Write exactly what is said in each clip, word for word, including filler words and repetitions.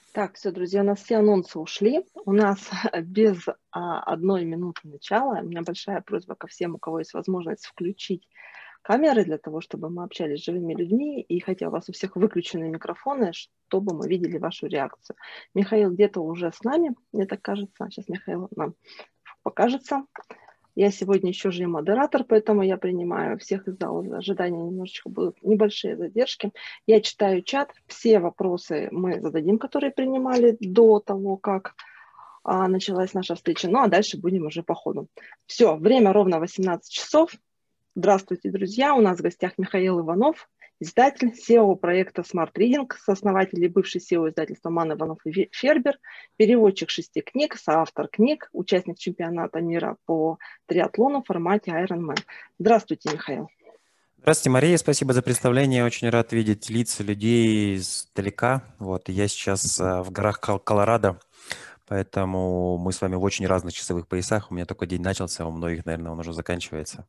Так, все, друзья, у нас все анонсы ушли. У нас без а, одной минуты начала. У меня большая просьба ко всем, у кого есть возможность включить камеры для того, чтобы мы общались с живыми людьми. И хотя у вас у всех выключены микрофоны, чтобы мы видели вашу реакцию. Михаил где-то уже с нами, мне так кажется. Сейчас Михаил нам покажется. Я сегодня еще же и модератор, поэтому я принимаю всех из зала за ожидания. Немножечко будут небольшие задержки. Я читаю чат. Все вопросы мы зададим, которые принимали до того, как а, началась наша встреча. Ну, а дальше будем уже по ходу. Все, время ровно восемнадцать часов. Здравствуйте, друзья. У нас в гостях Михаил Иванов, издатель, си и о проекта Smart Reading, сооснователь и бывший си и о издательства Ман, Иванов и Фербер, переводчик шести книг, соавтор книг, участник чемпионата мира по триатлону в формате Ironman. Здравствуйте, Михаил. Здравствуйте, Мария. Спасибо за представление. Очень рад видеть лица людей издалека. Вот, я сейчас в горах Колорадо, поэтому мы с вами в очень разных часовых поясах. У меня только день начался, у многих, наверное, он уже заканчивается.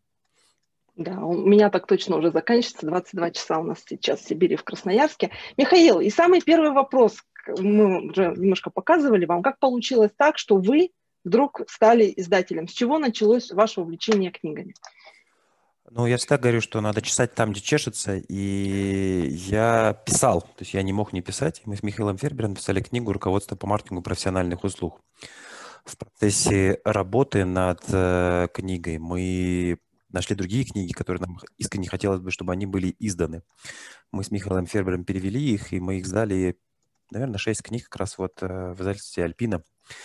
Да, у меня так точно уже заканчивается. двадцать два часа у нас сейчас в Сибири, в Красноярске. Михаил, и самый первый вопрос. Мы уже немножко показывали вам, как получилось так, что вы вдруг стали издателем. С чего началось ваше увлечение книгами? Ну, я всегда говорю, что надо чесать там, где чешется, и я писал, то есть я не мог не писать. Мы с Михаилом Фербером написали книгу «Руководство по маркетингу профессиональных услуг». В процессе работы над э, книгой мы нашли другие книги, которые нам искренне хотелось бы, чтобы они были изданы. Мы с Михаилом Фербером перевели их, и мы их сдали, наверное, шесть книг как раз вот в издательстве «Альпина».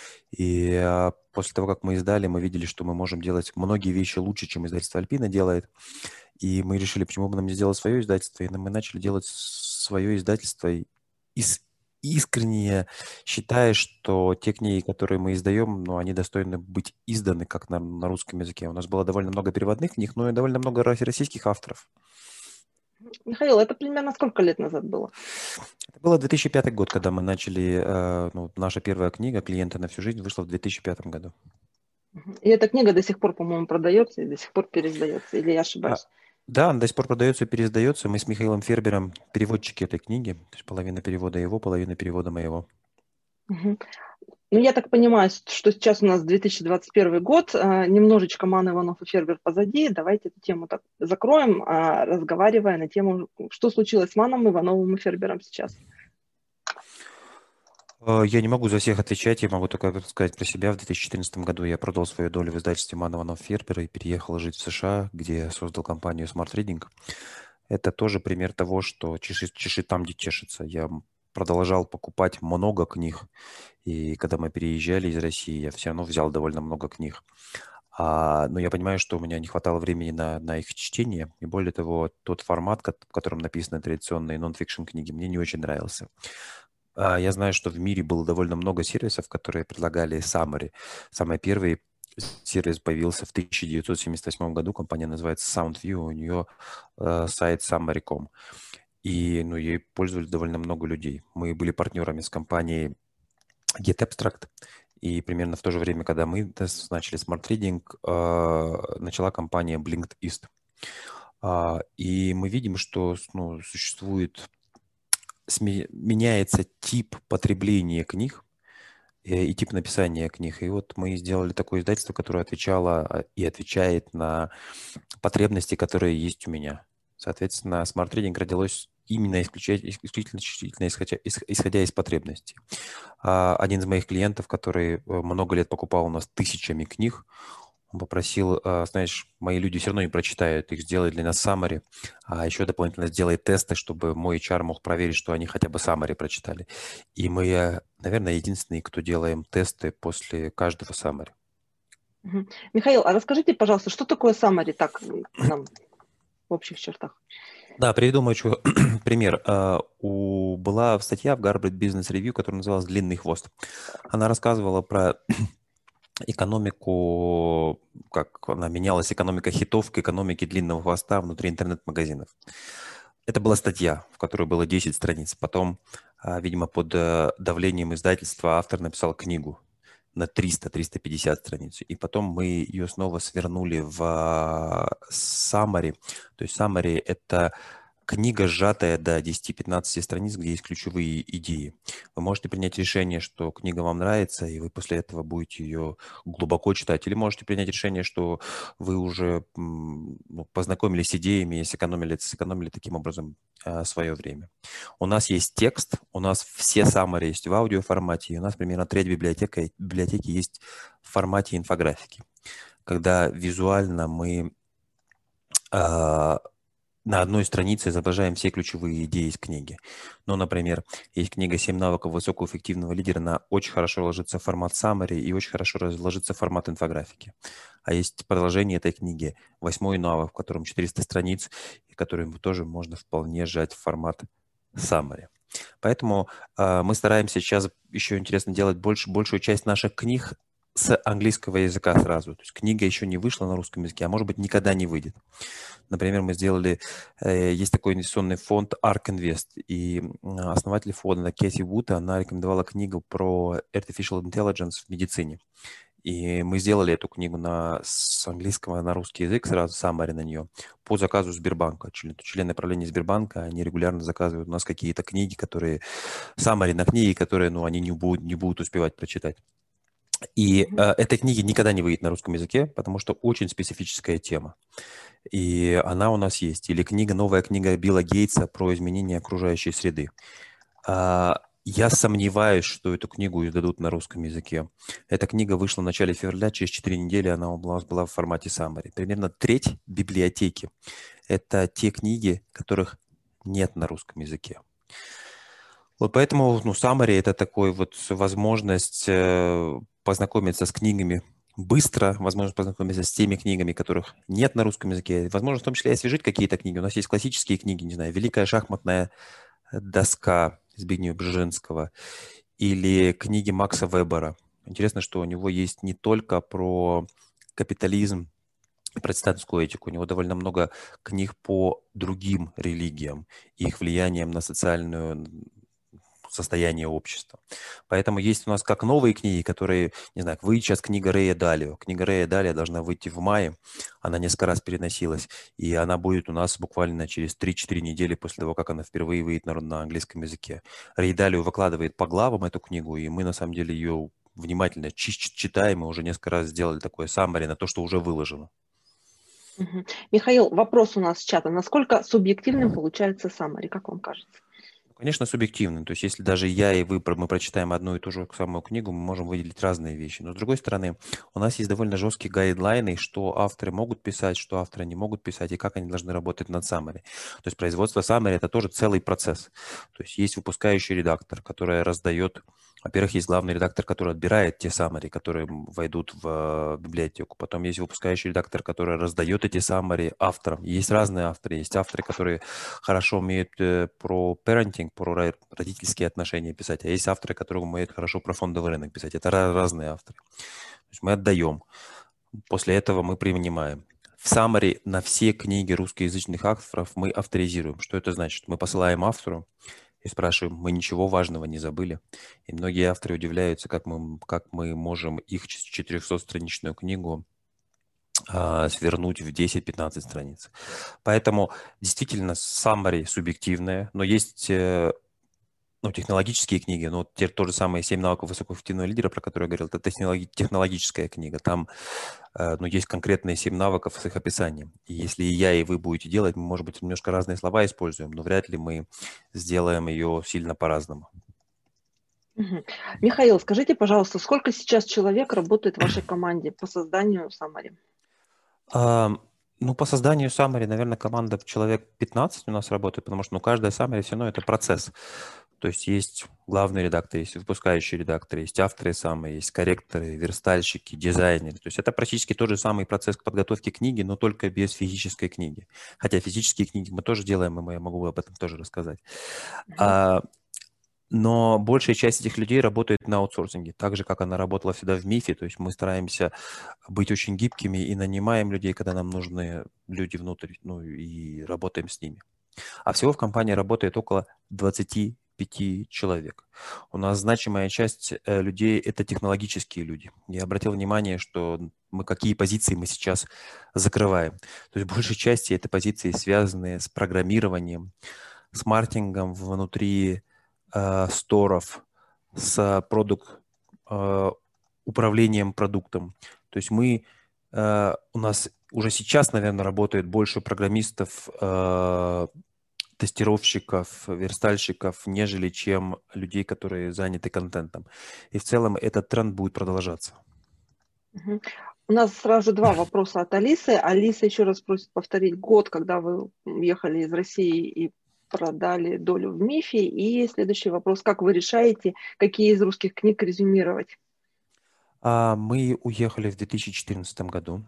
И а, после того, как мы издали, мы видели, что мы можем делать многие вещи лучше, чем издательство «Альпина» делает. И мы решили, почему бы нам не сделать свое издательство. И мы начали делать свое издательство, ис- искренне считая, что те книги, которые мы издаем, ну, они достойны быть изданы как на, на русском языке. У нас было довольно много переводных книг, но и довольно много российских авторов. Михаил, это примерно сколько лет назад было? Это было две тысячи пятый год, когда мы начали, э, ну, наша первая книга «Клиенты на всю жизнь» вышла в две тысячи пятом году. И эта книга до сих пор, по-моему, продается и до сих пор переиздается, или я А, ошибаюсь? да, она до сих пор продается и переиздается. Мы с Михаилом Фербером переводчики этой книги. То есть половина перевода его, половина перевода моего. Угу. Ну, я так понимаю, что сейчас у нас две тысячи двадцать первый год, немножечко Ман, Иванов и Фербер позади. Давайте эту тему так закроем, разговаривая на тему, что случилось с Маном, Ивановым и Фербером сейчас. Я не могу за всех отвечать, я могу только сказать про себя. В две тысячи четырнадцатом году я продал свою долю в издательстве Ман, Иванов, Фербер и переехал жить в США, где создал компанию Smart Reading. Это тоже пример того, что чеши, чеши там, где чешется. Я продолжал покупать много книг, и когда мы переезжали из России, я все равно взял довольно много книг. А, но я понимаю, что у меня не хватало времени на, на их чтение, и более того, тот формат, в котором написаны традиционные нон-фикшн книги, мне не очень нравился. А, я знаю, что в мире было довольно много сервисов, которые предлагали summary. Самый первый сервис появился в тысяча девятьсот семьдесят восьмом году, компания называется SoundView, у нее э, сайт summary точка ком. И ну, ей пользовались довольно много людей. Мы были партнерами с компанией GetAbstract, и примерно в то же время, когда мы начали Smart Reading, э, начала компания Blinked East. Uh, и мы видим, что ну, существует, сме, меняется тип потребления книг и, и тип написания книг. И вот мы сделали такое издательство, которое отвечало и отвечает на потребности, которые есть у меня. Соответственно, Smart Reading родилось именно исключительно, исключительно, исключительно исходя, исходя из потребностей. Один из моих клиентов, который много лет покупал у нас тысячами книг, он попросил, знаешь, мои люди все равно не прочитают, их сделай для нас summary, а еще дополнительно сделай тесты, чтобы мой эйч ар мог проверить, что они хотя бы summary прочитали. И мы, наверное, единственные, кто делаем тесты после каждого summary. Михаил, а расскажите, пожалуйста, что такое summary, так нам в общих чертах? Да, приведу мой пример. У, была статья в Harvard Business Review, которая называлась «Длинный хвост». Она рассказывала про экономику, как она менялась, экономика хитов к экономике длинного хвоста внутри интернет-магазинов. Это была статья, в которой было десять страниц. Потом, видимо, под давлением издательства автор написал книгу на триста — триста пятьдесят страниц. И потом мы ее снова свернули в summary. То есть summary – это книга, сжатая до десяти-пятнадцати страниц, где есть ключевые идеи. Вы можете принять решение, что книга вам нравится, и вы после этого будете ее глубоко читать. Или можете принять решение, что вы уже м, ну, познакомились с идеями и сэкономили, сэкономили таким образом а, свое время. У нас есть текст, у нас все summary есть в аудиоформате, и у нас примерно треть библиотека, библиотеки есть в формате инфографики, когда визуально мы а, на одной странице изображаем все ключевые идеи из книги. Ну, например, есть книга «Семь навыков высокоэффективного лидера». Она очень хорошо ложится в формат summary и очень хорошо ложится в формат инфографики. А есть продолжение этой книги «Восьмой навык», в котором четыреста страниц, и который тоже можно вполне сжать в формат summary. Поэтому э, мы стараемся сейчас еще интересно делать больше, большую часть наших книг с английского языка сразу. То есть книга еще не вышла на русском языке, а может быть никогда не выйдет. Например, мы сделали, э, есть такой инвестиционный фонд ARK Invest, и основатель фонда Кэти Вуд, она рекомендовала книгу про Artificial Intelligence в медицине. И мы сделали эту книгу на, с английского на русский язык, сразу summary на нее, по заказу Сбербанка. Члены правления Сбербанка, они регулярно заказывают у нас какие-то книги, которые, summary на книги, которые, ну, они не будут, не будут успевать прочитать. И э, этой книги никогда не выйдет на русском языке, потому что очень специфическая тема. И она у нас есть. Или книга, новая книга Билла Гейтса про изменение окружающей среды. А, я сомневаюсь, что эту книгу издадут на русском языке. Эта книга вышла в начале февраля, через четыре недели она у нас была в формате summary. Примерно треть библиотеки – это те книги, которых нет на русском языке. Вот поэтому, ну, summary – это такой вот возможность э, познакомиться с книгами быстро, возможность познакомиться с теми книгами, которых нет на русском языке, возможно, в том числе и освежить какие-то книги. У нас есть классические книги, не знаю, «Великая шахматная доска» Збигнева Бжезинского или книги Макса Вебера. Интересно, что у него есть не только про капитализм, протестантскую этику, у него довольно много книг по другим религиям и их влиянием на социальную состояние общества. Поэтому есть у нас как новые книги, которые, не знаю, выйдет сейчас книга Рэя Далио. Книга Рэя Далио должна выйти в мае, она несколько раз переносилась, и она будет у нас буквально через три-четыре недели после того, как она впервые выйдет на, на английском языке. Рэй Далио выкладывает по главам эту книгу, и мы на самом деле ее внимательно читаем, и уже несколько раз сделали такое summary на то, что уже выложено. Угу. Михаил, вопрос у нас с чата. Насколько субъективным получается summary, как вам кажется? Конечно, субъективно. То есть, если даже я и вы, мы прочитаем одну и ту же самую книгу, мы можем выделить разные вещи. Но, с другой стороны, у нас есть довольно жесткие гайдлайны, что авторы могут писать, что авторы не могут писать, и как они должны работать над summary. То есть, производство summary – это тоже целый процесс. То есть, есть выпускающий редактор, который раздает... Во-первых, есть главный редактор, который отбирает те summary, которые войдут в библиотеку. Потом есть выпускающий редактор, который раздает эти summary авторам. Есть разные авторы. Есть авторы, которые хорошо умеют про parenting, про родительские отношения писать, а есть авторы, которые умеют хорошо про фондовый рынок писать. Это разные авторы. То есть мы отдаем. После этого мы принимаем. В summary на все книги русскоязычных авторов мы авторизируем. Что это значит? Мы посылаем автору и спрашиваем, мы ничего важного не забыли. И многие авторы удивляются, как мы, как мы можем их четырехсотстраничную книгу а, свернуть в десять-пятнадцать страниц. Поэтому действительно summary субъективное, но есть э, ну, технологические книги, ну, те, то же самое «Семь навыков высокоэффективного лидера», про который я говорил, это технологи- технологическая книга. Там э, ну, есть конкретные семь навыков с их описанием. И если и я, и вы будете делать, мы, может быть, немножко разные слова используем, но вряд ли мы сделаем ее сильно по-разному. Угу. Михаил, скажите, пожалуйста, сколько сейчас человек работает в вашей команде по созданию summary? А, ну, по созданию summary, наверное, команда человек пятнадцать у нас работает, потому что ну, каждая summary все равно это процесс. То есть есть главный редактор, есть выпускающий редактор, есть авторы summary, есть корректоры, верстальщики, дизайнеры. То есть это практически тот же самый процесс подготовки книги, но только без физической книги. Хотя физические книги мы тоже делаем, и я могу об этом тоже рассказать. Uh-huh. А, но большая часть этих людей работает на аутсорсинге, так же, как она работала всегда в МИФе. То есть мы стараемся быть очень гибкими и нанимаем людей, когда нам нужны люди внутрь, ну и работаем с ними. А всего в компании работает около двадцати пяти человек. У нас значимая часть людей – это технологические люди. Я обратил внимание, что мы, какие позиции мы сейчас закрываем. То есть в большей части это позиции, связанные с программированием, с маркетингом внутри э, сторов, с продукт, э, управлением продуктом. То есть мы, э, у нас уже сейчас, наверное, работает больше программистов, э, тестировщиков, верстальщиков, нежели чем людей, которые заняты контентом. И в целом этот тренд будет продолжаться. Мгм. У нас сразу два вопроса от Алисы. Алиса еще раз просит повторить год, когда вы уехали из России и продали долю в МИФе. И следующий вопрос: как вы решаете, какие из русских книг резюмировать? А, Мы уехали в две тысячи четырнадцатом году.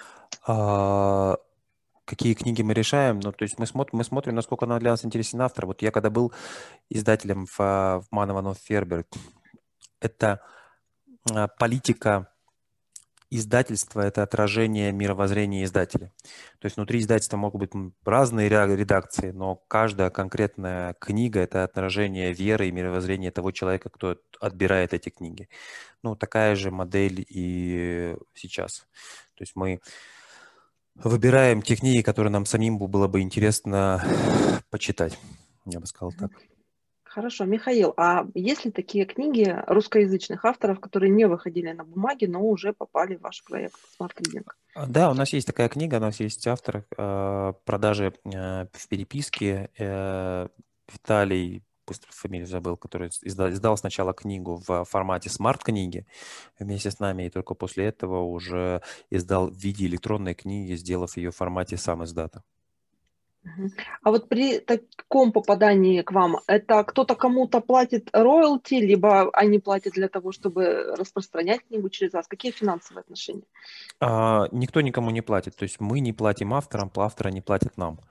А, Какие книги мы решаем? Ну, то есть мы смотрим, мы смотрим, насколько нам для нас интересен автор. Вот я когда был издателем в, а, в Ман Иванов Фербер, это а, политика издательства, это отражение мировоззрения издателя. То есть внутри издательства могут быть м, разные ре- редакции, но каждая конкретная книга – это отражение веры и мировоззрения того человека, кто отбирает эти книги. Ну, такая же модель и сейчас. То есть мы выбираем те книги, которые нам самим было бы интересно почитать, я бы сказал так. Хорошо, Михаил, а есть ли такие книги русскоязычных авторов, которые не выходили на бумаге, но уже попали в ваш проект Smart Reading? А, Да, у нас есть такая книга, у нас есть автор э, продажи э, в переписке. э, Виталий, быстро фамилию забыл, который издал, издал сначала книгу в формате смарт-книги вместе с нами, и только после этого уже издал в виде электронной книги, сделав ее в формате сам издата. Мгм. А вот при таком попадании к вам, это кто-то кому-то платит роялти, либо они платят для того, чтобы распространять книгу через вас? Какие финансовые отношения? А, Никто никому не платит, то есть мы не платим авторам, авторы не платят нам.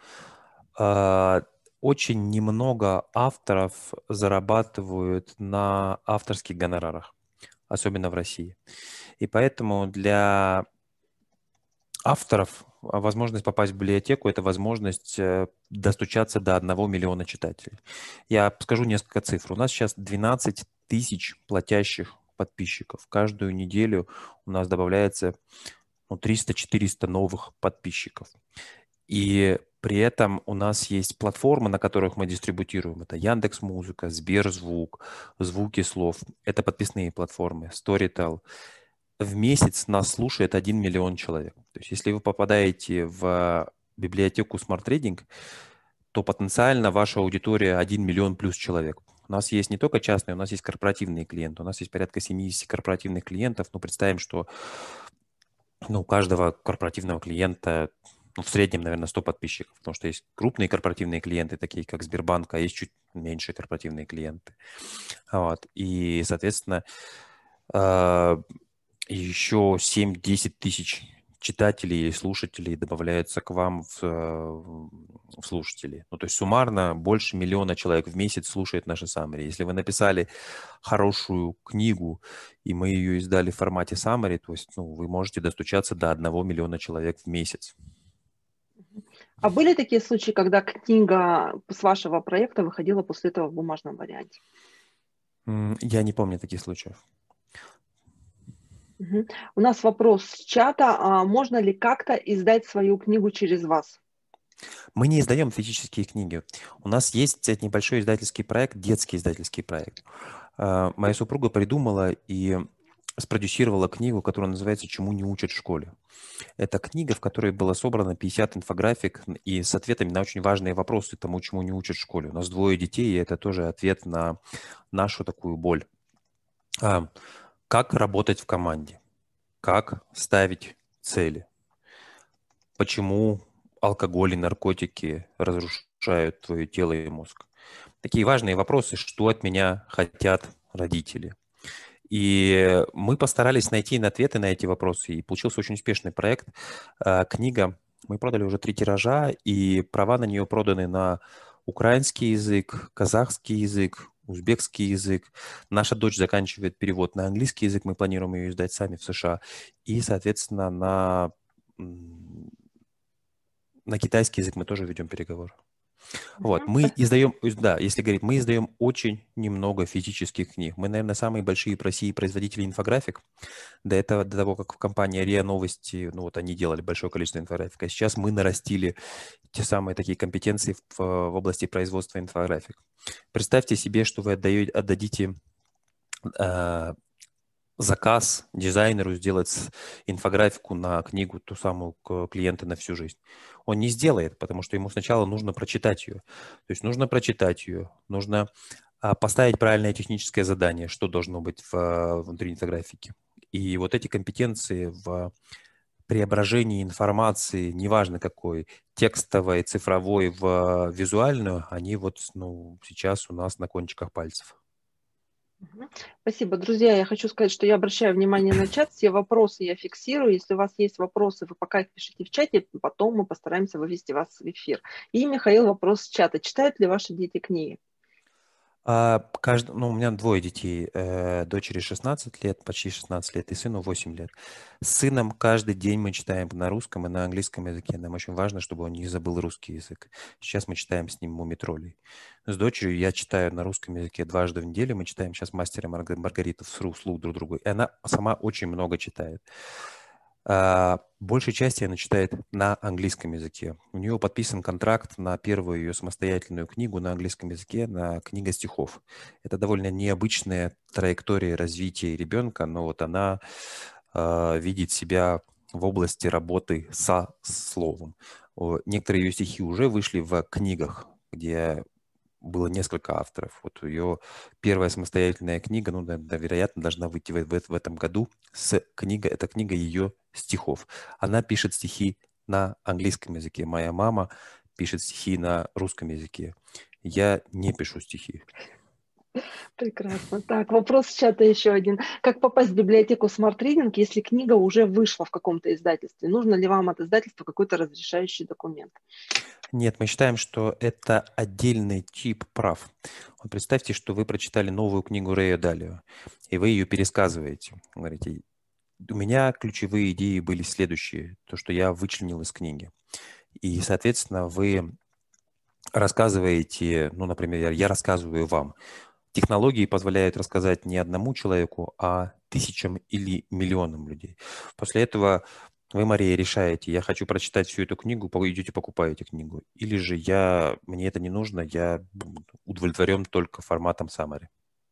А, Очень немного авторов зарабатывают на авторских гонорарах, особенно в России. И поэтому для авторов а, возможность попасть в библиотеку – это возможность э, достучаться до одного миллиона читателей. Я скажу несколько цифр. У нас сейчас двенадцать тысяч платящих подписчиков. Каждую неделю у нас добавляется ну, триста-четыреста новых подписчиков. И при этом у нас есть платформы, на которых мы дистрибутируем. Это Яндекс.Музыка, Сберзвук, Звуки слов. Это подписные платформы, Storytel. В месяц нас слушает один миллион человек. То есть если вы попадаете в библиотеку Smart Reading, то потенциально ваша аудитория один миллион плюс человек. У нас есть не только частные, у нас есть корпоративные клиенты. У нас есть порядка семьдесят корпоративных клиентов. Ну, представим, что ну, у каждого корпоративного клиента ну, в среднем, наверное, сто подписчиков, потому что есть крупные корпоративные клиенты, такие как Сбербанк, а есть чуть меньшие корпоративные клиенты. Вот. И, соответственно, э, еще семь-десять тысяч читателей или слушателей добавляются к вам в, э, в слушатели. Ну, то есть суммарно больше миллиона человек в месяц слушает наши summary. Если вы написали хорошую книгу, и мы ее издали в формате summary, то есть ну, вы можете достучаться до одного миллиона человек в месяц. А были такие случаи, когда книга с вашего проекта выходила после этого в бумажном варианте? М, Я не помню таких случаев. Мгм. У нас вопрос с чата. А можно ли как-то издать свою книгу через вас? Мы не издаем физические книги. У нас есть небольшой издательский проект, детский издательский проект. А, Моя супруга придумала и спродюсировала книгу, которая называется «Чему не учат в школе». Это книга, в которой было собрано пятьдесят инфографик и с ответами на очень важные вопросы тому, чему не учат в школе. У нас двое детей, и это тоже ответ на нашу такую боль. А, Как работать в команде? Как ставить цели? Почему алкоголь и наркотики разрушают твое тело и мозг? Такие важные вопросы, что от меня хотят родители. И мы постарались найти ответы на эти вопросы, и получился очень успешный проект. А, Книга, мы продали уже три тиража, и права на нее проданы на украинский язык, казахский язык, узбекский язык. Наша дочь заканчивает перевод на английский язык, мы планируем ее издать сами в США. И, соответственно, на, м, на китайский язык мы тоже ведем переговоры. Вот, Мгм. мы Спасибо. издаем, да, если говорить, мы издаем очень немного физических книг. Мы, наверное, самые большие в России производители инфографик. До этого, до того, как в компании РИА Новости, ну вот они делали большое количество инфографик, а сейчас мы нарастили те самые такие компетенции в, в области производства инфографик. Представьте себе, что вы отдаете, отдадите э, заказ дизайнеру сделать инфографику на книгу, ту самую к клиента на всю жизнь. Он не сделает, потому что ему сначала нужно прочитать ее. То есть нужно прочитать ее, нужно а, поставить правильное техническое задание, что должно быть в, а, внутри инфографики. И вот эти компетенции в преображении информации, неважно какой, текстовой, цифровой в а, визуальную, они вот ну, сейчас у нас на кончиках пальцев. Мгм. Спасибо. Друзья, я хочу сказать, что я обращаю внимание на чат, все вопросы я фиксирую. Если у вас есть вопросы, вы пока их пишите в чате, потом мы постараемся вывести вас в эфир. И, Михаил, вопрос с чата. Читают ли ваши дети книги? А, кажд... ну, у меня двое детей. Э, дочери шестнадцать лет, почти шестнадцать лет, и сыну восемь лет. С сыном каждый день мы читаем на русском и на английском языке. Нам очень важно, чтобы он не забыл русский язык. Сейчас мы читаем с ним «Мумитроллей». С дочерью я читаю на русском языке дважды в неделю. Мы читаем сейчас «Мастера и Марга- Маргариту» вслух друг другу. И она сама очень много читает. А, большей части она читает на английском языке. У нее подписан контракт на первую ее самостоятельную книгу на английском языке, на книга стихов. Это довольно необычная траектория развития ребенка, но вот она а, видит себя в области работы со словом. О, некоторые ее стихи уже вышли в книгах, где было несколько авторов. Вот ее первая самостоятельная книга, ну, да, да, вероятно, должна выйти в, в, в этом году. С книга, это книга ее стихов. Она пишет стихи на английском языке. Моя мама пишет стихи на русском языке. Я не пишу стихи. Прекрасно. Так, вопрос с чата еще один. Как попасть в библиотеку Smart Reading, если книга уже вышла в каком-то издательстве? Нужно ли вам от издательства какой-то разрешающий документ? Нет, мы считаем, что это отдельный тип прав. Вот представьте, что вы прочитали новую книгу Рэя Далио, и вы ее пересказываете. Говорите, у меня ключевые идеи были следующие, то, что я вычленил из книги. И, соответственно, вы рассказываете, ну, например, я рассказываю вам. Технологии позволяют рассказать не одному человеку, а тысячам или миллионам людей. После этого вы, Мария, решаете, я хочу прочитать всю эту книгу, идете покупаете книгу. Или же я, мне это не нужно, я удовлетворен только форматом summary.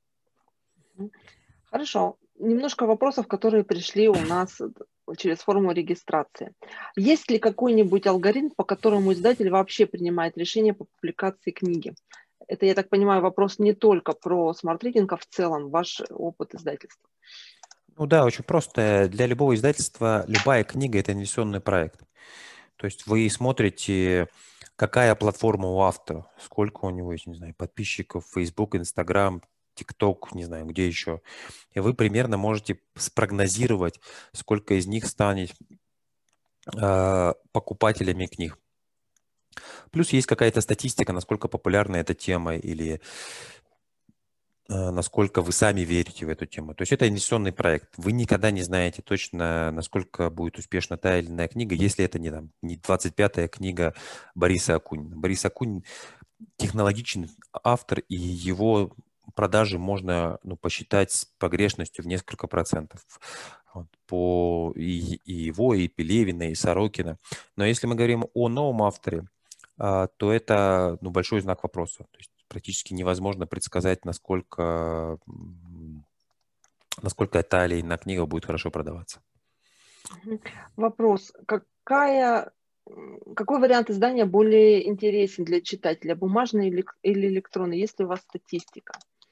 Хорошо. Немножко вопросов, которые пришли у нас через форму регистрации. Есть ли какой-нибудь алгоритм, по которому издатель вообще принимает решение по публикации книги? Это, я так понимаю, вопрос не только про смарт-ридинг, а в целом ваш опыт издательства. Ну да, очень просто. Для любого издательства любая книга – это инвестиционный проект. То есть вы смотрите, какая платформа у автора, сколько у него есть, не знаю, подписчиков, Facebook, Instagram, TikTok, не знаю, где еще. И вы примерно можете спрогнозировать, сколько из них станет э, покупателями книг. Плюс есть какая-то статистика, насколько популярна эта тема или э, насколько вы сами верите в эту тему. То есть это инвестиционный проект. Вы никогда не знаете точно, насколько будет успешна та или иная книга, если это не, там, не двадцать пятая книга Бориса Акунина. Борис Акунин технологичный автор, и его продажи можно ну, посчитать с погрешностью в несколько процентов. Вот, по и, и его, и Пелевина, и Сорокина. Но если мы говорим о новом авторе, а, то это ну, большой знак вопроса. То есть практически невозможно предсказать, насколько, м, насколько та или иная книга будет хорошо продаваться. Вопрос. Какая, какой вариант издания более интересен для читателя? Бумажный или или электронный? Есть ли у вас статистика?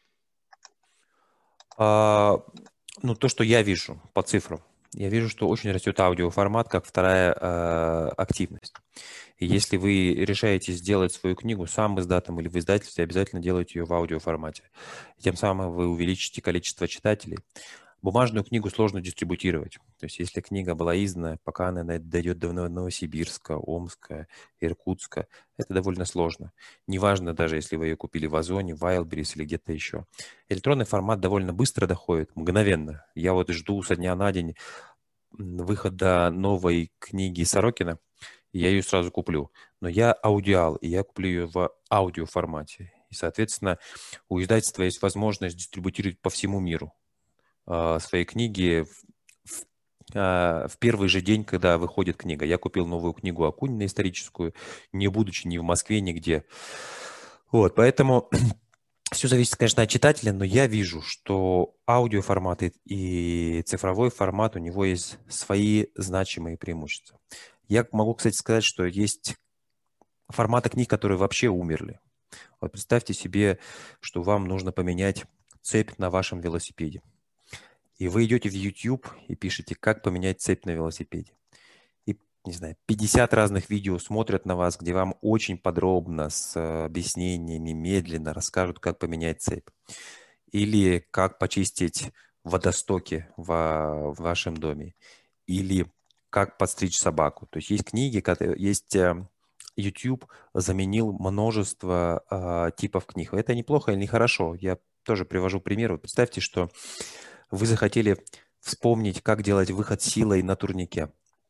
А, ну, то, что я вижу по цифрам, я вижу, что очень растет аудиоформат, как вторая э, активность. И если вы решаете сделать свою книгу сам издатом или в издательстве, обязательно делайте ее в аудиоформате. Тем самым вы увеличите количество читателей. Бумажную книгу сложно дистрибутировать. То есть если книга была издана, пока она дойдет до Новосибирска, Омска, Иркутска, это довольно сложно. Неважно даже, если вы ее купили в Озоне, в Wildberries или где-то еще. Электронный формат довольно быстро доходит, мгновенно. Я вот жду со дня на день выхода новой книги Сорокина. и я ее сразу куплю. Но я аудиал, и я куплю ее в аудиоформате. И, соответственно, у издательства есть возможность дистрибутировать по всему миру э, свои книги в, в, э, в первый же день, когда выходит книга. Я купил новую книгу Акунина историческую, не будучи ни в Москве, нигде. Вот, поэтому все зависит, конечно, от читателя, но я вижу, что аудиоформат и, и цифровой формат, у него есть свои значимые преимущества. Я могу, кстати, сказать, что есть форматы книг, которые вообще умерли. Вот представьте себе, что вам нужно поменять цепь на вашем велосипеде. И вы идете в YouTube и пишете, как поменять цепь на велосипеде. И, не знаю, пятьдесят разных видео смотрят на вас, где вам очень подробно, с объяснениями, медленно расскажут, как поменять цепь. Или как почистить водостоки в, в вашем доме. Или как подстричь собаку. То есть есть книги, есть... YouTube заменил множество э, типов книг. Это неплохо или нехорошо. Я тоже привожу пример. Вот представьте, что вы захотели вспомнить, как делать выход силой на турнике.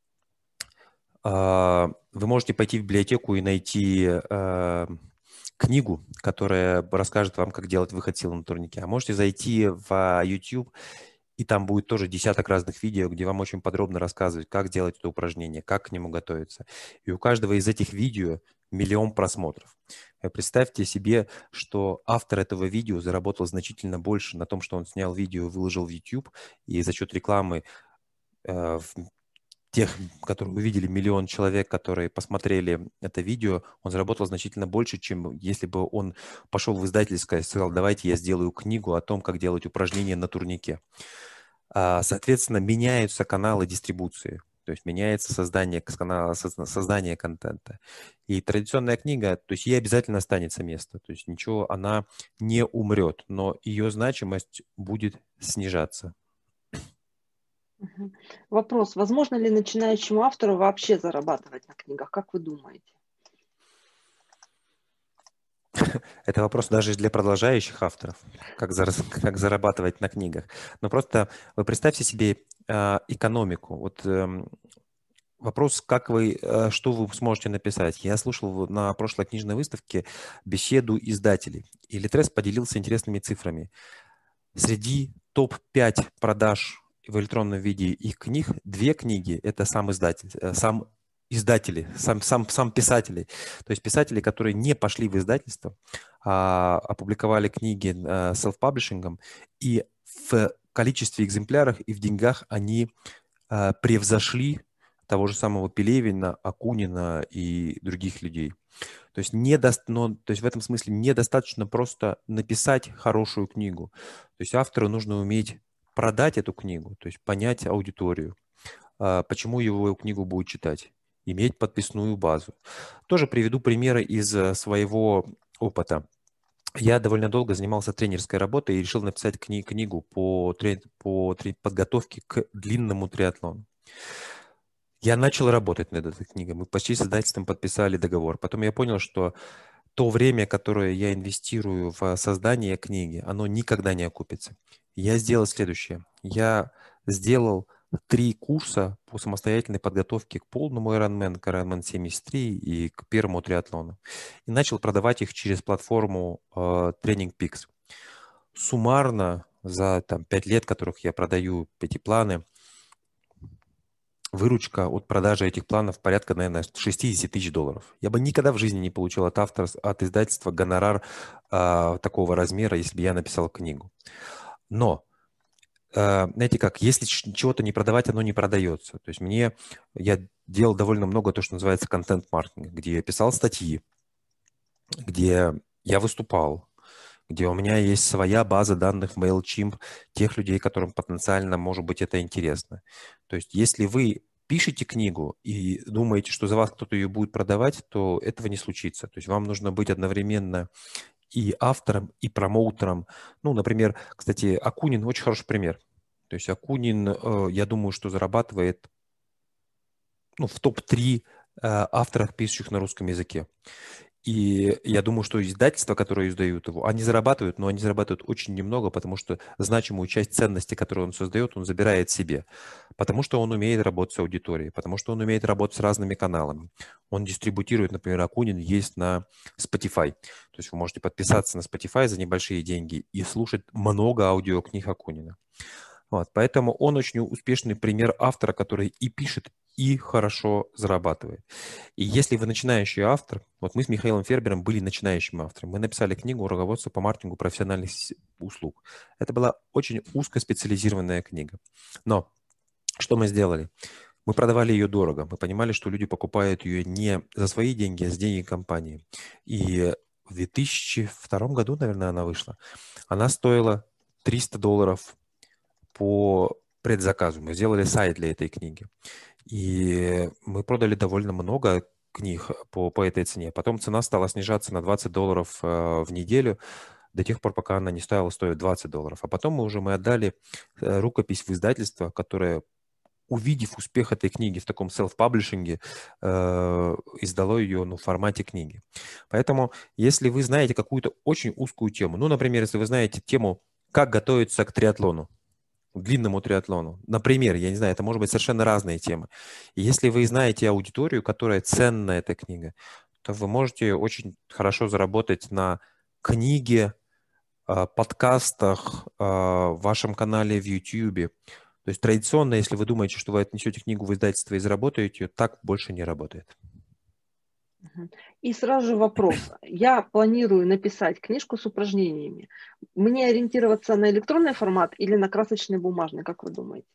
Э, вы можете пойти в библиотеку и найти э, книгу, которая расскажет вам, как делать выход силой на турнике. А можете зайти в YouTube, и там будет тоже десяток разных видео, где вам очень подробно рассказывают, как делать это упражнение, как к нему готовиться. И у каждого из этих видео миллион просмотров. Представьте себе, что автор этого видео заработал значительно больше на том, что он снял видео и выложил в YouTube, и за счет рекламы э, тех, которые увидели миллион человек, которые посмотрели это видео, он заработал значительно больше, чем если бы он пошел в издательское и сказал, давайте я сделаю книгу о том, как делать упражнения на турнике. Соответственно, меняются каналы дистрибуции, то есть меняется создание канала, создание контента. И традиционная книга, то есть ей обязательно останется место, то есть ничего, она не умрет, но ее значимость будет снижаться. Вопрос, возможно ли начинающему автору вообще зарабатывать на книгах? Как вы думаете? Это вопрос даже для продолжающих авторов, как, зар, как зарабатывать на книгах. Но просто вы представьте себе э, экономику. Вот э, вопрос, как вы, э, что вы сможете написать. Я слушал на прошлой книжной выставке беседу издателей, и Литрес поделился интересными цифрами. Среди топ пять продаж в электронном виде их книг, две книги – это сам издатель, сам издатели, сам, сам, сам писатели. То есть писатели, которые не пошли в издательство, а опубликовали книги селф-паблишингом, и в количестве экземпляров и в деньгах они а, превзошли того же самого Пелевина, Акунина и других людей. То есть, не до... Но, то есть в этом смысле недостаточно просто написать хорошую книгу. То есть автору нужно уметь продать эту книгу, то есть понять аудиторию, почему его книгу будут читать, иметь подписную базу. Тоже приведу примеры из своего опыта. Я довольно долго занимался тренерской работой и решил написать кни- книгу по, трен... по трен... подготовке к длинному триатлону. Я начал работать над этой книгой. Мы почти с издательством подписали договор. Потом я понял, что то время, которое я инвестирую в создание книги, оно никогда не окупится. Я сделал следующее. Я сделал три курса по самостоятельной подготовке к полному Ironman, к Ironman семьдесят три и к первому триатлону. И начал продавать их через платформу э, Training Peaks. Суммарно за там, пять лет, которых я продаю эти планы, выручка от продажи этих планов порядка, наверное, шестьдесят тысяч долларов. Я бы никогда в жизни не получил от автора, от издательства гонорар а, такого размера, если бы я написал книгу. Но, а, знаете как, если чего-то не продавать, оно не продается. То есть мне, я делал довольно много то, что называется контент-маркетинг, где я писал статьи, где я выступал, где у меня есть своя база данных в MailChimp тех людей, которым потенциально, может быть, это интересно. То есть если вы пишете книгу и думаете, что за вас кто-то ее будет продавать, то этого не случится. То есть вам нужно быть одновременно и автором, и промоутером. Ну, например, кстати, Акунин очень хороший пример. То есть Акунин, я думаю, что зарабатывает ну, в топ три авторов, пишущих на русском языке. И я думаю, что издательства, которые издают его, они зарабатывают, но они зарабатывают очень немного, потому что значимую часть ценности, которую он создает, он забирает себе. Потому что он умеет работать с аудиторией, потому что он умеет работать с разными каналами. Он дистрибутирует, например, Акунин есть на Spotify. То есть вы можете подписаться на Spotify за небольшие деньги и слушать много аудиокниг Акунина. Вот, поэтому он очень успешный пример автора, который и пишет, и хорошо зарабатывает. И если вы начинающий автор, вот мы с Михаилом Фербером были начинающим автором, мы написали книгу «Руководство по маркетингу профессиональных услуг». Это была очень узкоспециализированная книга. Но что мы сделали? Мы продавали ее дорого. Мы понимали, что люди покупают ее не за свои деньги, а за деньги компании. И в две тысячи втором году, наверное, она вышла. Она стоила триста долларов по предзаказу. Мы сделали сайт для этой книги. И мы продали довольно много книг по, по этой цене. Потом цена стала снижаться на двадцать долларов э, в неделю, до тех пор, пока она не стала стоить двадцать долларов. А потом мы уже мы отдали э, рукопись в издательство, которое, увидев успех этой книги в таком селф-паблишинге, э, издало ее ну, в формате книги. Поэтому, если вы знаете какую-то очень узкую тему, ну, например, если вы знаете тему «Как готовиться к триатлону», длинному триатлону. Например, я не знаю, это может быть совершенно разные темы. И если вы знаете аудиторию, которая ценна эта книга, то вы можете очень хорошо заработать на книге, подкастах, в вашем канале в YouTube. То есть традиционно, если вы думаете, что вы отнесете книгу в издательство и заработаете, так больше не работает. И сразу же вопрос. Я планирую написать книжку с упражнениями. Мне ориентироваться на электронный формат или на красочный бумажный, как вы думаете?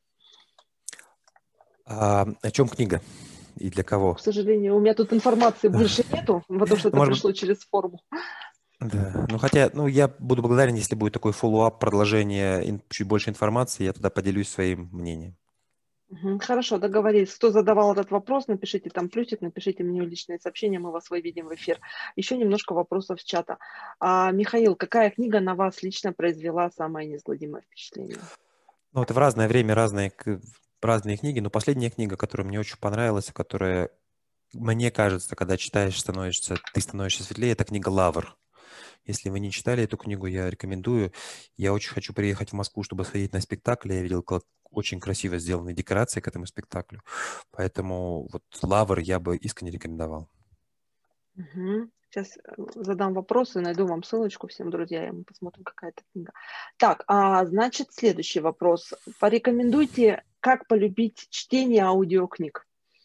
А, о чем книга и для кого? К сожалению, у меня тут информации больше нету, потому что это Может... пришло через форму. Да, ну хотя, ну я буду благодарен, если будет такой фоллоуап, продолжение, чуть больше информации, я тогда поделюсь своим мнением. Хорошо, договорились. Кто задавал этот вопрос, напишите там плюсик, напишите мне личные сообщения, мы вас выведем в эфир. Еще немножко вопросов с чата. А, Михаил, какая книга на вас лично произвела самое неизгладимое впечатление? Ну, это в разное время разные, разные книги, но последняя книга, которая мне очень понравилась, которая, мне кажется, когда читаешь, становишься, ты становишься светлее, это книга «Лавр». Если вы не читали эту книгу, я рекомендую. Я очень хочу приехать в Москву, чтобы сходить на спектакль. Я видел очень красиво сделанные декорации к этому спектаклю. Поэтому вот «Лавр» я бы искренне рекомендовал. Угу. Сейчас задам вопросы, найду вам ссылочку всем, друзья, и мы посмотрим, какая это книга. Так, а, значит, следующий вопрос. Порекомендуйте, как полюбить чтение аудиокниг.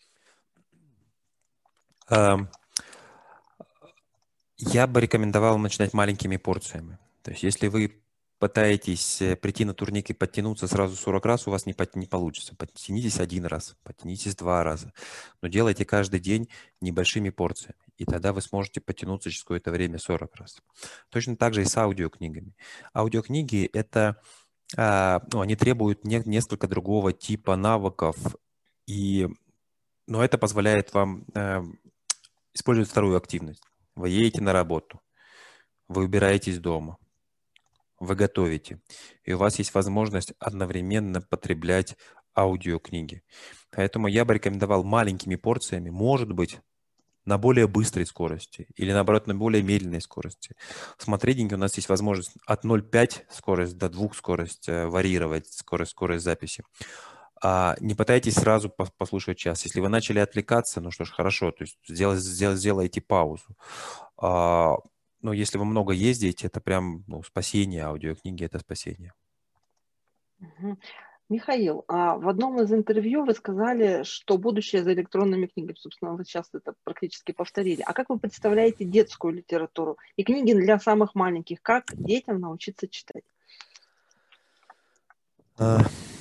Um... Я бы рекомендовал начинать маленькими порциями. То есть если вы пытаетесь прийти на турник и подтянуться сразу сорок раз, у вас не, не получится. Подтянитесь один раз, подтянитесь два раза. Но делайте каждый день небольшими порциями. И тогда вы сможете подтянуться через какое-то время сорок раз. Точно так же и с аудиокнигами. Аудиокниги – это, ну, они требуют не, несколько другого типа навыков. И, но это позволяет вам использовать вторую активность. Вы едете на работу, вы убираетесь дома, вы готовите, и у вас есть возможность одновременно потреблять аудиокниги. Поэтому я бы рекомендовал маленькими порциями, может быть, на более быстрой скорости или, наоборот, на более медленной скорости. В Смотридинге у нас есть возможность от ноль целых пять десятых скорость до двух скорость варьировать, скорость, скорость записи. А не пытайтесь сразу послушать час. Если вы начали отвлекаться, ну что ж, хорошо, то есть сделайте, сделайте паузу. А, но если вы много ездите, это прям ну, спасение, аудиокниги – это спасение. Угу. Михаил, а в одном из интервью вы сказали, что будущее за электронными книгами. Собственно, вы сейчас это практически повторили. А как вы представляете детскую литературу и книги для самых маленьких? Как детям научиться читать? А,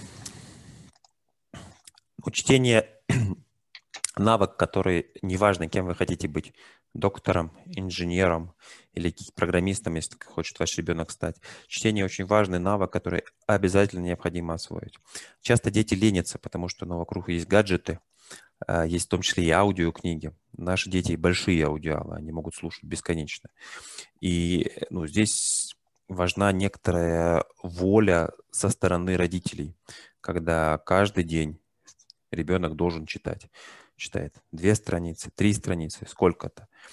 ну, чтение – навык, который, неважно, кем вы хотите быть, доктором, инженером или программистом, если хочет ваш ребенок стать. Чтение очень важный навык, который обязательно необходимо освоить. Часто дети ленятся, потому что ну, вокруг есть гаджеты, есть в том числе и аудиокниги. Наши дети большие аудиалы, они могут слушать бесконечно. И ну, здесь важна некоторая воля со стороны родителей, когда каждый день ребенок должен читать. Читает две страницы, три страницы, сколько-то.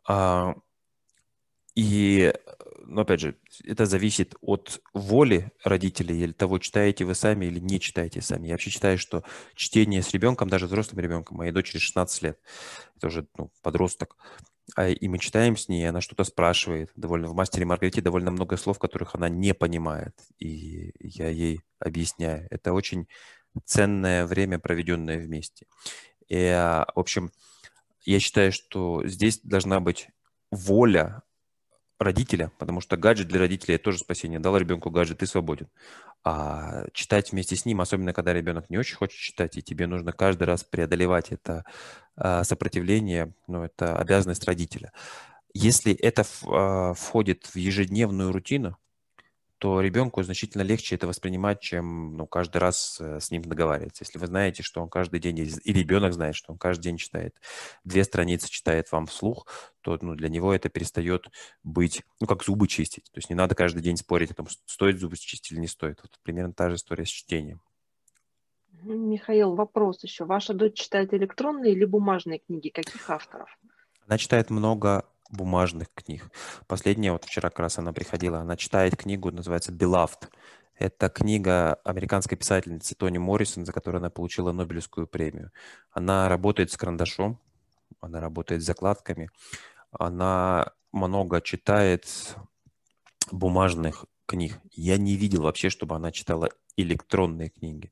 А, И, ну, опять же, это зависит от воли родителей или того, читаете вы сами или не читаете сами. Я вообще считаю, что чтение с ребенком, даже взрослым ребенком, моей дочери шестнадцать лет, это уже ну, подросток, а, и мы читаем с ней, она что-то спрашивает. Довольно в «Мастере и Маргарите» довольно много слов, которых она не понимает, и я ей объясняю. Это очень ценное время, проведенное вместе. И, а, в общем, я считаю, что здесь должна быть воля родителя, потому что гаджет для родителей – это тоже спасение. Дал ребенку гаджет, ты свободен. А читать вместе с ним, особенно когда ребенок не очень хочет читать, и тебе нужно каждый раз преодолевать это а, сопротивление, ну, это обязанность родителя. Если это в- а, входит в ежедневную рутину, то ребенку значительно легче это воспринимать, чем ну, каждый раз э, с ним договариваться. Если вы знаете, что он каждый день, из- и ребенок знает, что он каждый день читает, две страницы читает вам вслух, то ну, для него это перестает быть, ну, как зубы чистить. То есть не надо каждый день спорить о том, с- стоит зубы чистить или не стоит. Вот примерно та же история с чтением. Мгм. Михаил, вопрос еще. Ваша дочь читает электронные или бумажные книги? Каких авторов? Она читает много бумажных книг. Последняя, вот вчера как раз она приходила, она читает книгу, называется «Beloved». Это книга американской писательницы Тони Моррисон, за которую она получила Нобелевскую премию. Она работает с карандашом, она работает с закладками, она много читает бумажных книг. Я не видел вообще, чтобы она читала электронные книги.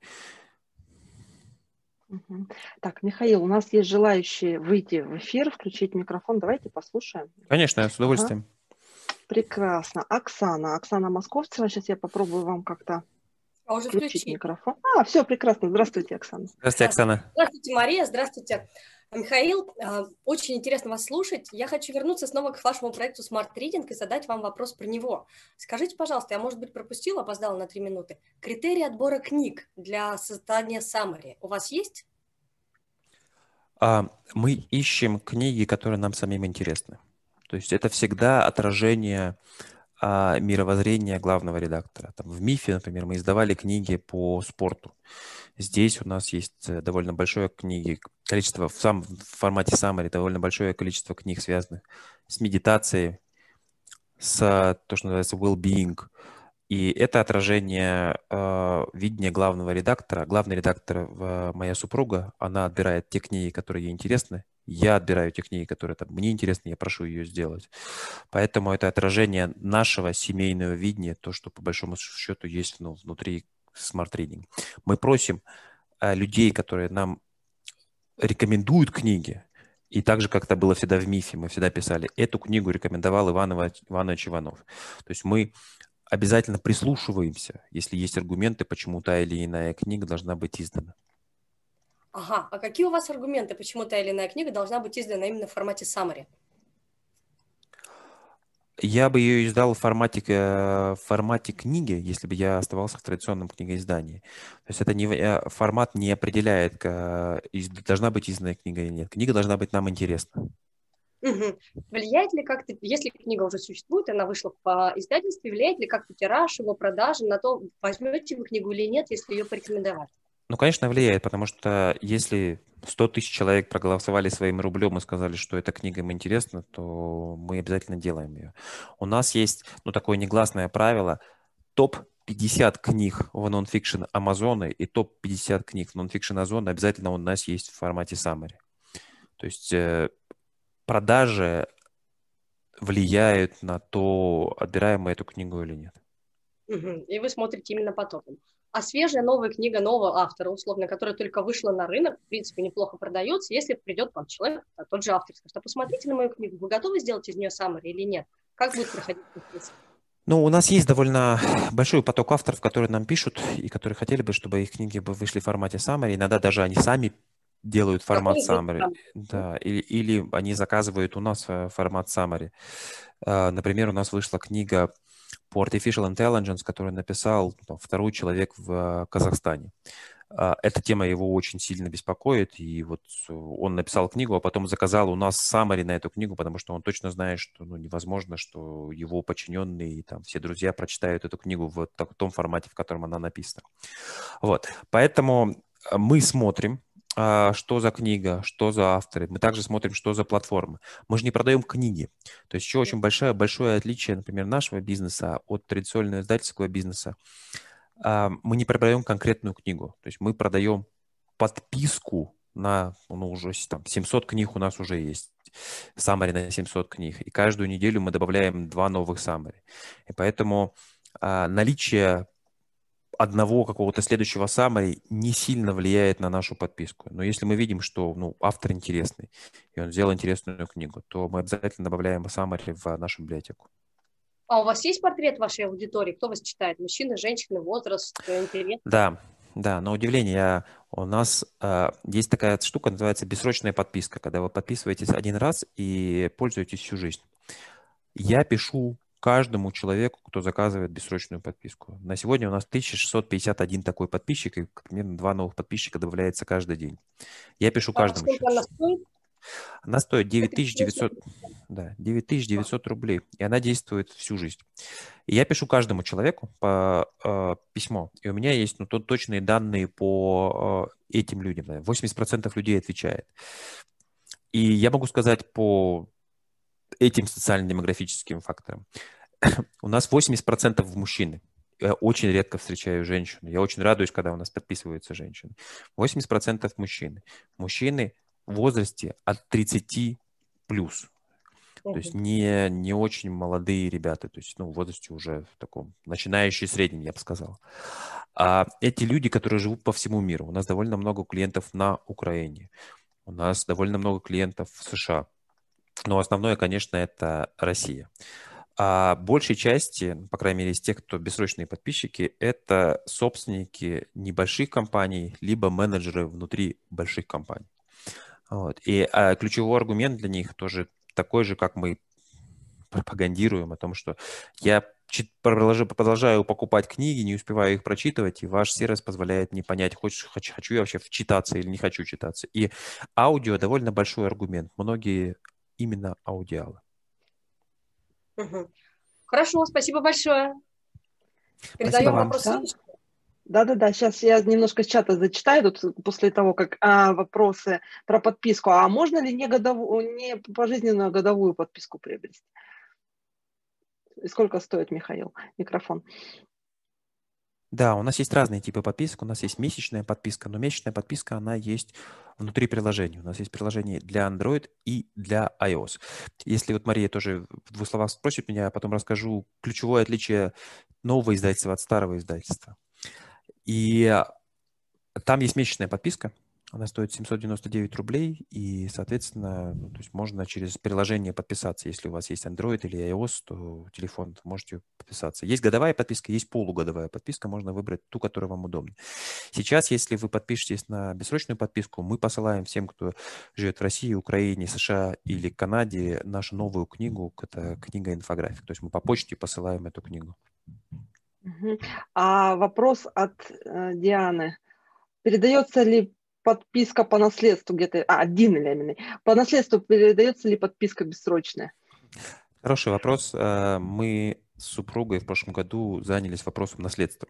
Мгм. Так, Михаил, у нас есть желающие выйти в эфир, включить микрофон. Давайте послушаем. Конечно, я с Ага, удовольствием. прекрасно. Оксана, Оксана Московцева. Сейчас я попробую вам как-то А уже включить включили. микрофон. А, все, прекрасно. Здравствуйте, Оксана. Здравствуйте, Оксана. Здравствуйте, Мария. Здравствуйте, Михаил. А, Очень интересно вас слушать. Я хочу вернуться снова к вашему проекту Smart Reading и задать вам вопрос про него. Скажите, пожалуйста, я, может быть, пропустила, опоздала на три минуты. Критерии отбора книг для создания summary у вас есть? А, Мы ищем книги, которые нам самим интересны. То есть это всегда отражение а, мировоззрения главного редактора. Там, в МИФе, например, мы издавали книги по спорту. Здесь у нас есть э, довольно большое книги, количество, в самом в формате summary, довольно большое количество книг, связанных с медитацией, с то, что называется well-being. И это отражение э, видения главного редактора. Главный редактор э, моя супруга, она отбирает те книги, которые ей интересны. Я отбираю те книги, которые там, мне интересны, я прошу ее сделать. Поэтому это отражение нашего семейного видения, то, что по большому счету есть ну, внутри Smart Reading. Мы просим э, людей, которые нам рекомендуют книги, и так же, как это было всегда в МИФе, мы всегда писали, эту книгу рекомендовал Иван Иванович, Иванович Иванов. То есть мы обязательно прислушиваемся, если есть аргументы, почему та или иная книга должна быть издана. Ага, а какие у вас аргументы, почему та или иная книга должна быть издана именно в формате summary? Я бы ее издал в формате, э, в формате книги, если бы я оставался в традиционном книгоиздании. То есть это не, э, формат не определяет, э, из- должна быть изданная книга или нет. Книга должна быть нам интересна. Мгм. Влияет ли как-то, если книга уже существует, она вышла по издательству, влияет ли как-то тираж, его продажи на то, возьмете вы книгу или нет, если ее порекомендовать? Ну, конечно, влияет, потому что если сто тысяч человек проголосовали своим рублем и сказали, что эта книга им интересна, то мы обязательно делаем ее. У нас есть, ну, такое негласное правило, топ пятьдесят книг в нонфикшн Амазона и топ пятьдесят книг в нонфикшн Озона обязательно у нас есть в формате summary. То есть э, продажи влияют на то, отбираем мы эту книгу или нет. Мгм. И вы смотрите именно по топам. А свежая новая книга нового автора, условно, которая только вышла на рынок, в принципе, неплохо продается, если придет вам человек, а тот же автор, скажет, а посмотрите на мою книгу, вы готовы сделать из нее summary или нет? Как будет проходить процесс? Ну, у нас есть довольно большой поток авторов, которые нам пишут и которые хотели бы, чтобы их книги бы вышли в формате summary. Иногда даже они сами делают формат Готовы сделать summary. summary? Да, или, или они заказывают у нас э, формат summary. Э, Например, у нас вышла книга по Artificial Intelligence, которую написал там, второй человек в э, Казахстане. А, Эта тема его очень сильно беспокоит, и вот э, он написал книгу, а потом заказал у нас summary на эту книгу, потому что он точно знает, что ну, невозможно, что его подчиненные и там все друзья прочитают эту книгу в так- том формате, в котором она написана. Вот, поэтому э, мы смотрим, а, что за книга, что за авторы. Мы также смотрим, что за платформы. Мы же не продаем книги. То есть еще очень большое, большое отличие, например, нашего бизнеса от традиционного издательского бизнеса. А, мы не продаем конкретную книгу. То есть мы продаем подписку на, ну, уже там семьсот книг у нас уже есть. Summary на семьсот книг. И каждую неделю мы добавляем два новых summary. И поэтому а, наличие одного какого-то следующего summary не сильно влияет на нашу подписку. Но если мы видим, что, ну, автор интересный, и он сделал интересную книгу, то мы обязательно добавляем summary в нашу библиотеку. А у вас есть портрет вашей аудитории? Кто вас читает? Мужчины, женщины, возраст, интерес? Да, да, на удивление, я, у нас э, есть такая штука, называется бессрочная подписка, когда вы подписываетесь один раз и пользуетесь всю жизнь. Я пишу каждому человеку, кто заказывает бессрочную подписку. На сегодня у нас тысяча шестьсот пятьдесят один такой подписчик, и примерно два новых подписчика добавляется каждый день. Я пишу А каждому сколько она человеку. стоит? Она стоит девять тысяч девятьсот, да, девять тысяч девятьсот рублей, и она действует всю жизнь. И я пишу каждому человеку по э, письмо, и у меня есть, ну, тут точные данные по э, этим людям. Да. восемьдесят процентов людей отвечает. И я могу сказать по этим социально-демографическим факторам. У нас восемьдесят процентов мужчины. Я очень редко встречаю женщину. Я очень радуюсь, когда у нас подписываются женщины. восемьдесят процентов мужчины. Мужчины в возрасте от тридцати плюс. Угу. То есть не, не очень молодые ребята, то есть, ну, в возрасте уже в таком начинающий среднем, я бы сказал. А эти люди, которые живут по всему миру. У нас довольно много клиентов на Украине. У нас довольно много клиентов в США. Но основное, конечно, это Россия. А большей части, по крайней мере, из тех, кто бессрочные подписчики, это собственники небольших компаний, либо менеджеры внутри больших компаний. Вот. И а, ключевой аргумент для них тоже такой же, как мы пропагандируем, о том, что я продолжаю, продолжаю покупать книги, не успеваю их прочитывать, и ваш сервис позволяет мне понять, хочу, хочу, хочу я вообще читаться или не хочу читаться. И аудио довольно большой аргумент. Многие именно аудиалы. Угу. Хорошо, спасибо большое. Передаем вопрос следующему. Да-да-да, сейчас я немножко с чата зачитаю тут после того, как а, вопросы про подписку. А можно ли не, годовую, не пожизненную, а годовую подписку приобрести? И сколько стоит, Михаил? Микрофон. Да, у нас есть разные типы подписок. У нас есть месячная подписка, но месячная подписка, она есть внутри приложения. У нас есть приложение для Android и для iOS. Если вот Мария тоже в двух словах спросит меня, я потом расскажу ключевое отличие нового издательства от старого издательства. И там есть месячная подписка. Она стоит семьсот девяносто девять рублей, и, соответственно, ну, то есть можно через приложение подписаться. Если у вас есть Android или iOS, то телефон можете подписаться. Есть годовая подписка, есть полугодовая подписка. Можно выбрать ту, которая вам удобна. Сейчас, если вы подпишетесь на бессрочную подписку, мы посылаем всем, кто живет в России, Украине, США или Канаде, нашу новую книгу. Это книга инфографик. То есть мы по почте посылаем эту книгу. А вопрос от э, Дианы. Передается ли подписка по наследству где-то, а, один элемент, по наследству передается ли подписка бессрочная? Хороший вопрос. Мы с супругой в прошлом году занялись вопросом наследства.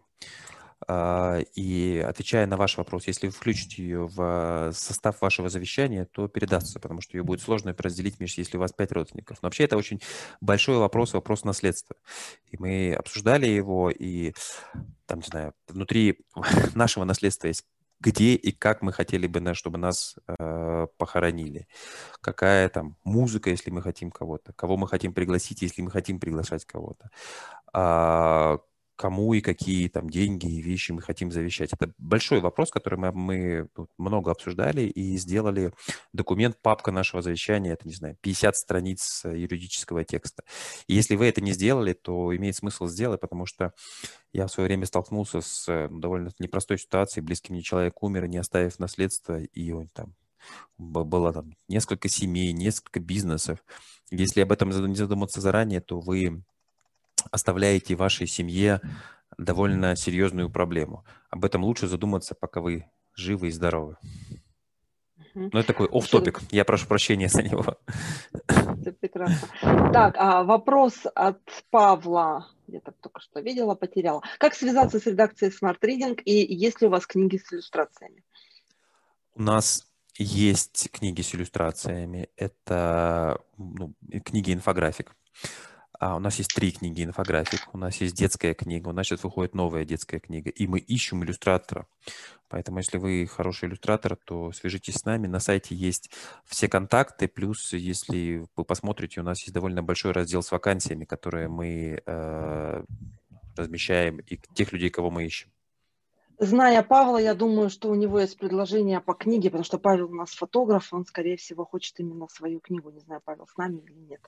И отвечая на ваш вопрос, если вы включите ее в состав вашего завещания, то передастся, потому что ее будет сложно разделить, если у вас пять родственников. Но вообще это очень большой вопрос, вопрос наследства. И мы обсуждали его, и там, не знаю, внутри нашего наследства есть где и как мы хотели бы, чтобы нас э, похоронили. Какая там музыка, если мы хотим кого-то. Кого мы хотим пригласить, если мы хотим приглашать кого-то. А, кому и какие там деньги и вещи мы хотим завещать. Это большой вопрос, который мы, мы много обсуждали и сделали документ, папка нашего завещания. Это, не знаю, пятьдесят страниц юридического текста. И если вы это не сделали, то имеет смысл сделать, потому что я в свое время столкнулся с ну, довольно непростой ситуацией. Близкий мне человек умер, не оставив наследство, и он там было там несколько семей, несколько бизнесов. Если об этом не задуматься заранее, то вы оставляете вашей семье довольно серьезную проблему. Об этом лучше задуматься, пока вы живы и здоровы. Ну, это такой офф-топик. Я прошу прощения за него. Это прекрасно. Так, а вопрос от Павла. Где-то только что видела, потеряла. Как связаться с редакцией Smart Reading и есть ли у вас книги с иллюстрациями? У нас есть книги с иллюстрациями. Это ну, книги инфографик. А у нас есть три книги инфографик. У нас есть детская книга. У нас сейчас выходит новая детская книга. И мы ищем иллюстратора. Поэтому, если вы хороший иллюстратор, то свяжитесь с нами. На сайте есть все контакты. Плюс, если вы посмотрите, у нас есть довольно большой раздел с вакансиями, которые мы э, размещаем, и тех людей, кого мы ищем. Зная Павла, я думаю, что у него есть предложение по книге, потому что Павел у нас фотограф, он, скорее всего, хочет именно свою книгу. Не знаю, Павел с нами или нет.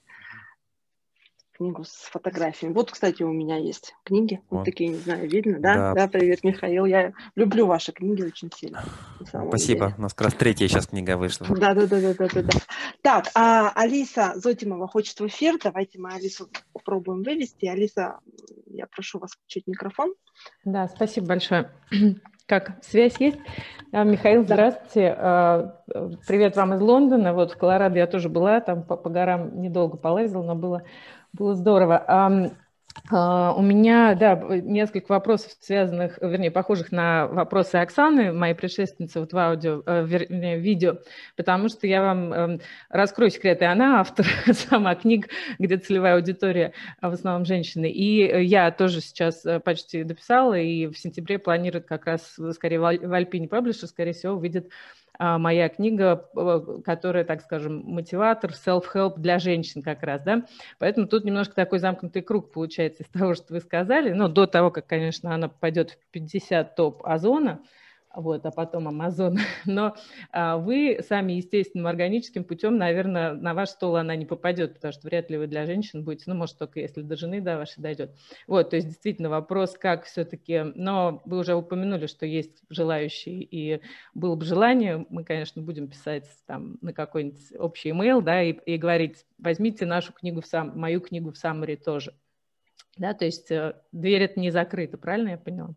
Книгу с фотографиями. Вот, кстати, у меня есть книги. Вот, вот такие, не знаю, видно, да? Да. Да, привет, Михаил. Я люблю ваши книги очень сильно. Спасибо. Деле. У нас как раз третья сейчас книга вышла. Да, да, да, да, да, да. Так, а Алиса Зотимова хочет в эфир. Давайте мы Алису попробуем вывести. Алиса, я прошу вас включить микрофон. Да, спасибо большое. Как, связь есть? Михаил, здравствуйте. Привет вам из Лондона. Вот в Колорадо я тоже была, там по, по горам недолго полазила, но было, было здорово. Uh, у меня, да, несколько вопросов, связанных, вернее, похожих на вопросы Оксаны, моей предшественницы вот в аудио, э, вернее, в видео, потому что я вам э, раскрою секрет, и она автор сама книг, где целевая аудитория в основном женщины. И я тоже сейчас почти дописала, и в сентябре планирует как раз, скорее, в Альпине Паблишер, скорее всего, увидит моя книга, которая, так скажем, мотиватор, self-help для женщин как раз, да. Поэтому тут немножко такой замкнутый круг получается из того, что вы сказали. Ну, до того, как, конечно, она попадет в пятьдесят топ Озона, вот, а потом Амазон. Но а, вы сами естественным органическим путем, наверное, на ваш стол она не попадет, потому что вряд ли вы для женщин будете, ну, может, только если до жены, да, вашей дойдет. Вот, то есть действительно вопрос, как все-таки, но вы уже упомянули, что есть желающие, и было бы желание, мы, конечно, будем писать там на какой-нибудь общий имейл, да, и, и говорить, возьмите нашу книгу, в сам, мою книгу в Summary тоже. Да, то есть дверь это не закрыта, правильно я поняла?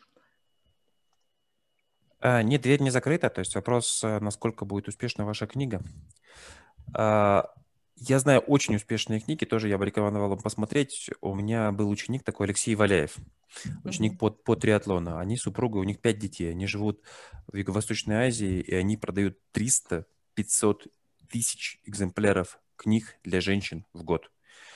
Нет, дверь не закрыта, то есть вопрос, насколько будет успешна ваша книга. Я знаю очень успешные книги, тоже я бы рекомендовал вам посмотреть. У меня был ученик такой, Алексей Валяев, ученик uh-huh. по, по триатлону. Они супруга, у них пять детей, они живут в Юго-Восточной Азии, и они продают триста-пятьсот тысяч экземпляров книг для женщин в год.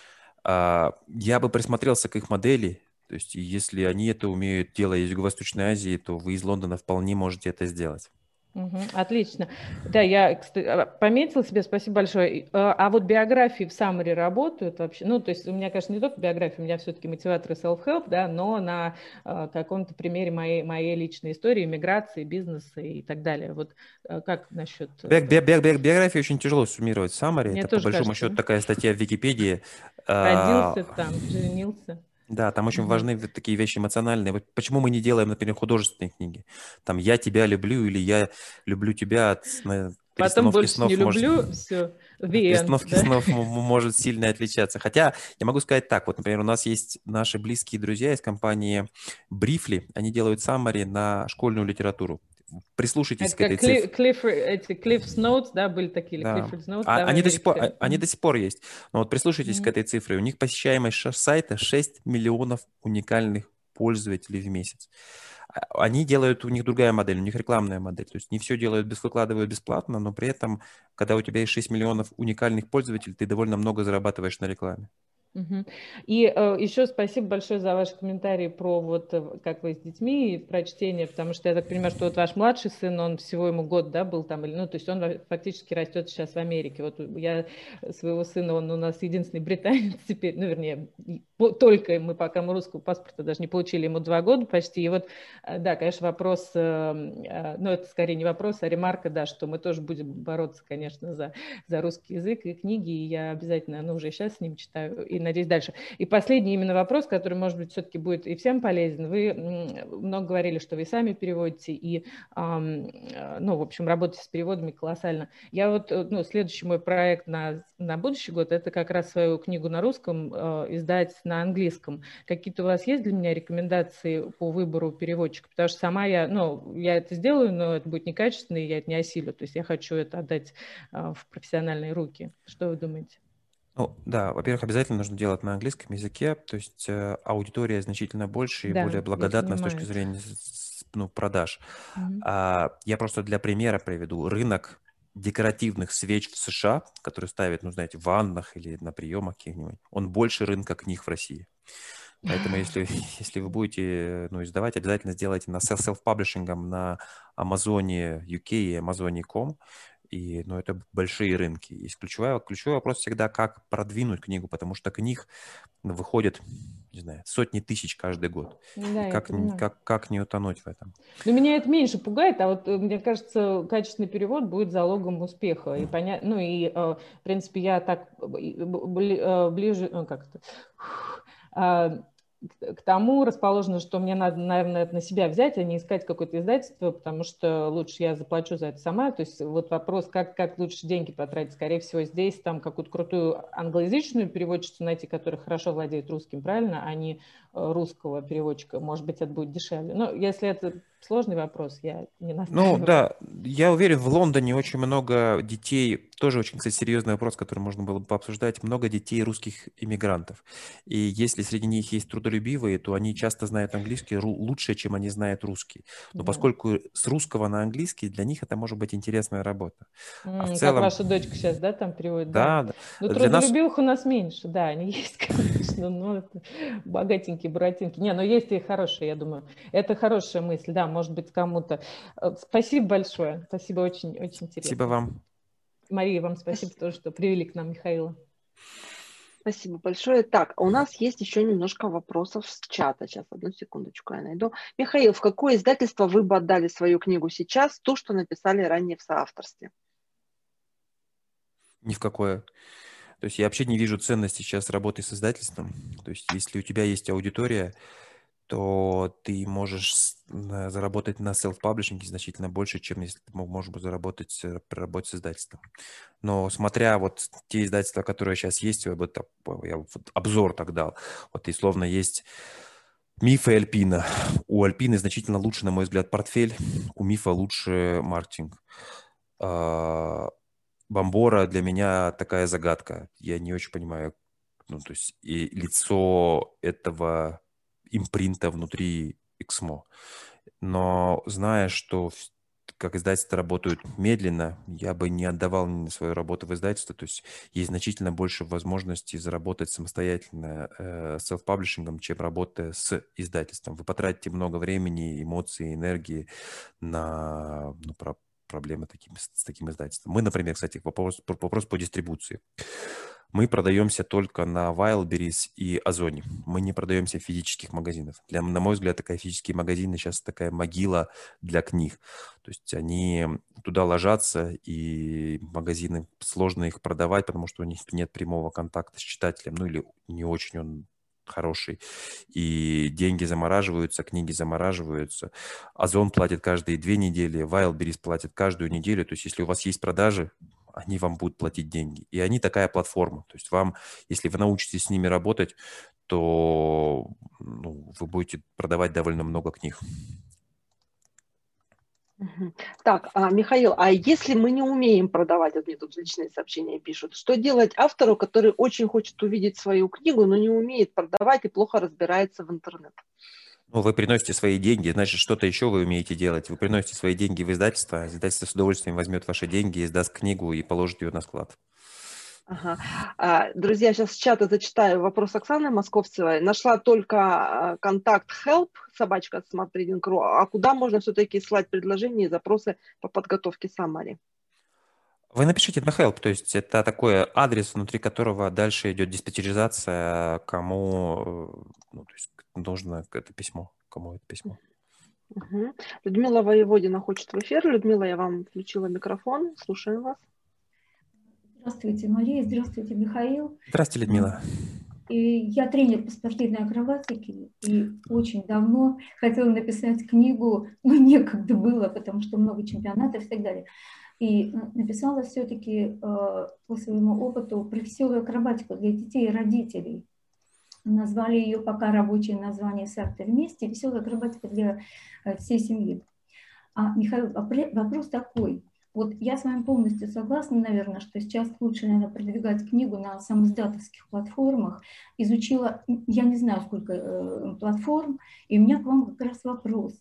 Я бы присмотрелся к их модели. То есть, если они это умеют делать из Юго-Восточной Азии, то вы из Лондона вполне можете это сделать. Угу, отлично. Да, я кстати, пометила себе, спасибо большое. А вот биографии в Summary работают вообще? Ну, то есть у меня, конечно, не только биография, у меня все-таки мотиваторы self-help, да, но на uh, каком-то примере моей, моей личной истории, миграции, бизнеса и так далее. Вот uh, как насчет... Би- би- би- би- биографию очень тяжело суммировать в Summary. Мне это, по большому кажется. счету, такая статья в Википедии. Родился там, женился. Да, там очень Мгм. важны вот такие вещи эмоциональные. Вот почему мы не делаем, например, художественные книги? Там «Я тебя люблю» или «Я люблю тебя» от на Потом перестановки больше снов не может- люблю, все, от the end, перестановки да? снов м- м- может сильно отличаться. Хотя я могу сказать так. Вот, например, у нас есть наши близкие друзья из компании Briefly. Они делают summary на школьную литературу. Прислушайтесь Это к этой как Кли- цифре. Клифф, эти Cliff's Notes, да, были такие, или Да. Clifford's Notes, А- да, в они, до сих пор, Америке. а- они Мгм. до сих пор есть. Но вот прислушайтесь к Мгм. этой цифре. У них посещаемость ша- сайта шесть миллионов уникальных пользователей в месяц. А- Они делают, у них другая модель, у них рекламная модель. То есть не все делают, без, выкладывают бесплатно, но при этом, когда у тебя есть шесть миллионов уникальных пользователей, ты довольно много зарабатываешь на рекламе. Мгм. И э, еще спасибо большое за ваши комментарии про вот э, как вы с детьми и про чтение, потому что я так понимаю, что вот ваш младший сын, он всего ему год, да, был там, или, ну, то есть он во- фактически растет сейчас в Америке. Вот я своего сына, он у нас единственный британец теперь, ну, вернее, и по- только мы пока мы русского паспорта даже не получили, ему два года почти. И вот, э, да, конечно, вопрос, э, э, ну, это скорее не вопрос, а ремарка, да, что мы тоже будем бороться, конечно, за, за русский язык и книги, и я обязательно, ну, уже сейчас с ним читаю, и надеюсь дальше. И последний именно вопрос, который, может быть, все-таки будет и всем полезен. Вы м, много говорили, что вы сами переводите и, ам, э, ну, в общем, работаете с переводами колоссально. Я вот, э, ну, следующий мой проект на, на будущий год, это как раз свою книгу на русском э, издать на английском. Какие-то у вас есть для меня рекомендации по выбору переводчика? Потому что сама я, ну, я это сделаю, но это будет некачественно, и я это не осилю. То есть я хочу это отдать э, в профессиональные руки. Что вы думаете? Ну, да, во-первых, обязательно нужно делать на английском языке, то есть э, аудитория значительно больше и Да, более я благодатна с понимаю точки это. зрения с- ну, продаж. Мгм. А, я просто для примера приведу. Рынок декоративных свеч в США, которые ставят, ну, знаете, в ваннах или на приемах каких-нибудь, он больше рынка книг в России. Поэтому, если, если вы будете, ну, издавать, обязательно сделайте на селф-паблишингом на Амазоне ю кей и Амазоне точка ком. И, ну, это большие рынки. И ключевой, ключевой вопрос всегда, как продвинуть книгу, потому что книг выходит, не знаю, сотни тысяч каждый год. Да, И я как, понимаю. как, как не утонуть в этом? Но меня это меньше пугает, а вот э, мне кажется, качественный перевод будет залогом успеха. И поня... Ну и, э, в принципе, я так э, бли- э, ближе, ну, как это, а, к к тому расположена, что мне надо, наверное, это на себя взять, а не искать какое-то издательство, потому что лучше я заплачу за это сама. То есть вот вопрос, как, как лучше деньги потратить. Скорее всего, здесь там какую-то крутую англоязычную переводчицу найти, которая хорошо владеет русским, правильно, а не э, русского переводчика. Может быть, это будет дешевле. Но если это сложный вопрос, я не Ну, настаиваю. да, я уверен, в Лондоне очень много детей, тоже очень, кстати, серьезный вопрос, который можно было бы пообсуждать, много детей русских иммигрантов. И если среди них есть трудолюбивые, то они часто знают английский ру- лучше, чем они знают русский. Но Да. поскольку с русского на английский, для них это может быть интересная работа. А в М, Как целом, ваша дочка сейчас, да, там переводит, да. да, Ну, да, для нас, трудолюбивых у нас меньше, да, они есть, конечно, но это богатенькие, буратинки. Не, но есть и хорошие, я думаю. Это хорошая мысль, да, может быть, кому-то. Э, Спасибо большое, спасибо, очень, очень спасибо интересно. вам. Мария, вам спасибо Спас- тоже, что привели к нам Михаила. Спасибо большое. Так, а у нас есть еще немножко вопросов с чата. Сейчас, одну секундочку я найду. Михаил, в какое издательство вы бы отдали свою книгу сейчас, ту, что написали ранее в соавторстве? Ни в какое. То есть я вообще не вижу ценности сейчас работы с издательством. То есть если у тебя есть аудитория, то ты можешь с- на- заработать на селф-паблишинге значительно больше, чем если ты мог- можешь бы заработать э, при работе с издательством. Но смотря вот те издательства, которые сейчас есть, я, бы так- я вот обзор так дал. Вот и словно есть Миф и Альпина. У Альпины значительно лучше, на мой взгляд, портфель, у Мифа лучше маркетинг. А, Бомбора для меня такая загадка. Я не очень понимаю, ну, то есть и лицо этого импринта внутри Эксмо. Но зная, что в- как издательства работают медленно, я бы не отдавал ни свою работу в издательство. То есть есть значительно больше возможностей заработать самостоятельно э, селф-паблишингом, чем работая с издательством. Вы потратите много времени, эмоций, энергии на ну, про- проблемы такими, с таким издательством. Мы, например, кстати, вопрос, вопрос по дистрибуции. Мы продаемся только на Wildberries и Озоне. Мы не продаемся в физических магазинах. Для, на мой взгляд, такая физические магазины сейчас такая могила для книг. То есть они туда ложатся, и магазины сложно их продавать, потому что у них нет прямого контакта с читателем, ну или не очень он хороший. И деньги замораживаются, книги замораживаются. Озон платит каждые две недели, Wildberries платит каждую неделю. То есть если у вас есть продажи, они вам будут платить деньги. И они такая платформа. То есть вам, если вы научитесь с ними работать, то ну, вы будете продавать довольно много книг. Мгм. Так, а, Михаил, а если мы не умеем продавать, вот мне тут личные сообщения пишут, что делать автору, который очень хочет увидеть свою книгу, но не умеет продавать и плохо разбирается в интернете? Ну, вы приносите свои деньги, значит, что-то еще вы умеете делать. Вы приносите свои деньги в издательство, издательство с удовольствием возьмет ваши деньги, издаст книгу и положит ее на склад. Ага. А, Друзья, сейчас с чата зачитаю вопрос Оксаны Московцевой. Нашла только а, контакт help, собачка от Smart Reading точка ру. А куда можно все-таки слать предложения и запросы по подготовке summary? Вы напишите на help, то есть это такой адрес, внутри которого дальше идет диспетчеризация, кому э, ну, то есть нужно это письмо, кому это письмо. Угу. Людмила Воеводина хочет в эфир. Людмила, я вам включила микрофон. Слушаем вас. Здравствуйте, Мария. Здравствуйте, Михаил. Здравствуйте, Людмила. И я тренер по спортивной акробатике и очень давно хотела написать книгу, но некогда было, потому что много чемпионатов и так далее. И написала все-таки по своему опыту про веселую акробатику для детей и родителей. Назвали ее пока рабочее название «Сарты вместе», «Веселая акробатика для всей семьи». А, Михаил, вопрос такой. Вот я с вами полностью согласна, наверное, что сейчас лучше, наверное, продвигать книгу на самоиздатовских платформах. Изучила, я не знаю, сколько э, платформ, и у меня к вам как раз вопрос.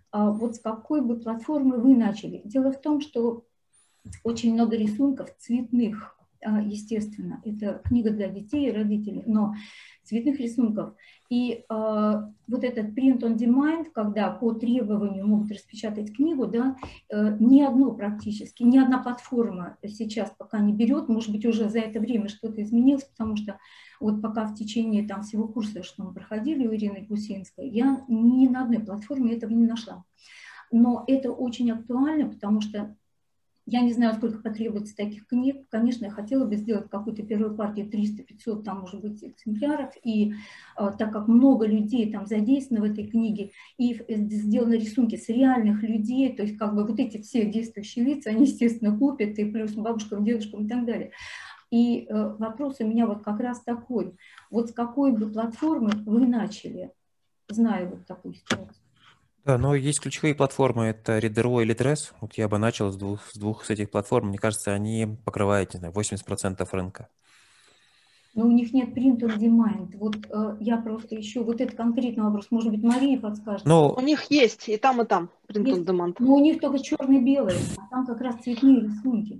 вот с какой бы платформы вы начали. Дело в том, что очень много рисунков цветных, естественно, это книга для детей и родителей, но цветных рисунков. И э, вот этот print on demand, когда по требованию могут распечатать книгу, да, э, ни одно практически, ни одна платформа сейчас пока не берет, может быть, уже за это время что-то изменилось, потому что вот пока в течение там всего курса, что мы проходили у Ирины Гусинской, я ни на одной платформе этого не нашла. Но это очень актуально, потому что я не знаю, сколько потребуется таких книг. Конечно, я хотела бы сделать какую-то первую партию триста-пятьсот, там может быть экземпляров. И э, так как много людей там задействовано в этой книге, и сделаны рисунки с реальных людей, то есть как бы вот эти все действующие лица, они, естественно, купят, и плюс бабушкам, дедушкам и так далее. И э, вопрос у меня вот как раз такой. Вот с какой бы платформы вы начали, зная вот такую ситуацию? Да, но есть ключевые платформы, это Reader.io или Dress. Вот я бы начал с двух, с двух с этих платформ. Мне кажется, они покрывают, не знаю, восемьдесят процентов рынка. Но у них нет print on demand. Вот э, я просто ищу вот этот конкретный вопрос. Может быть, Мария подскажет. Но... У них есть и там, и там print есть, on demand. но у них только черно-белые, а там как раз цветные рисунки.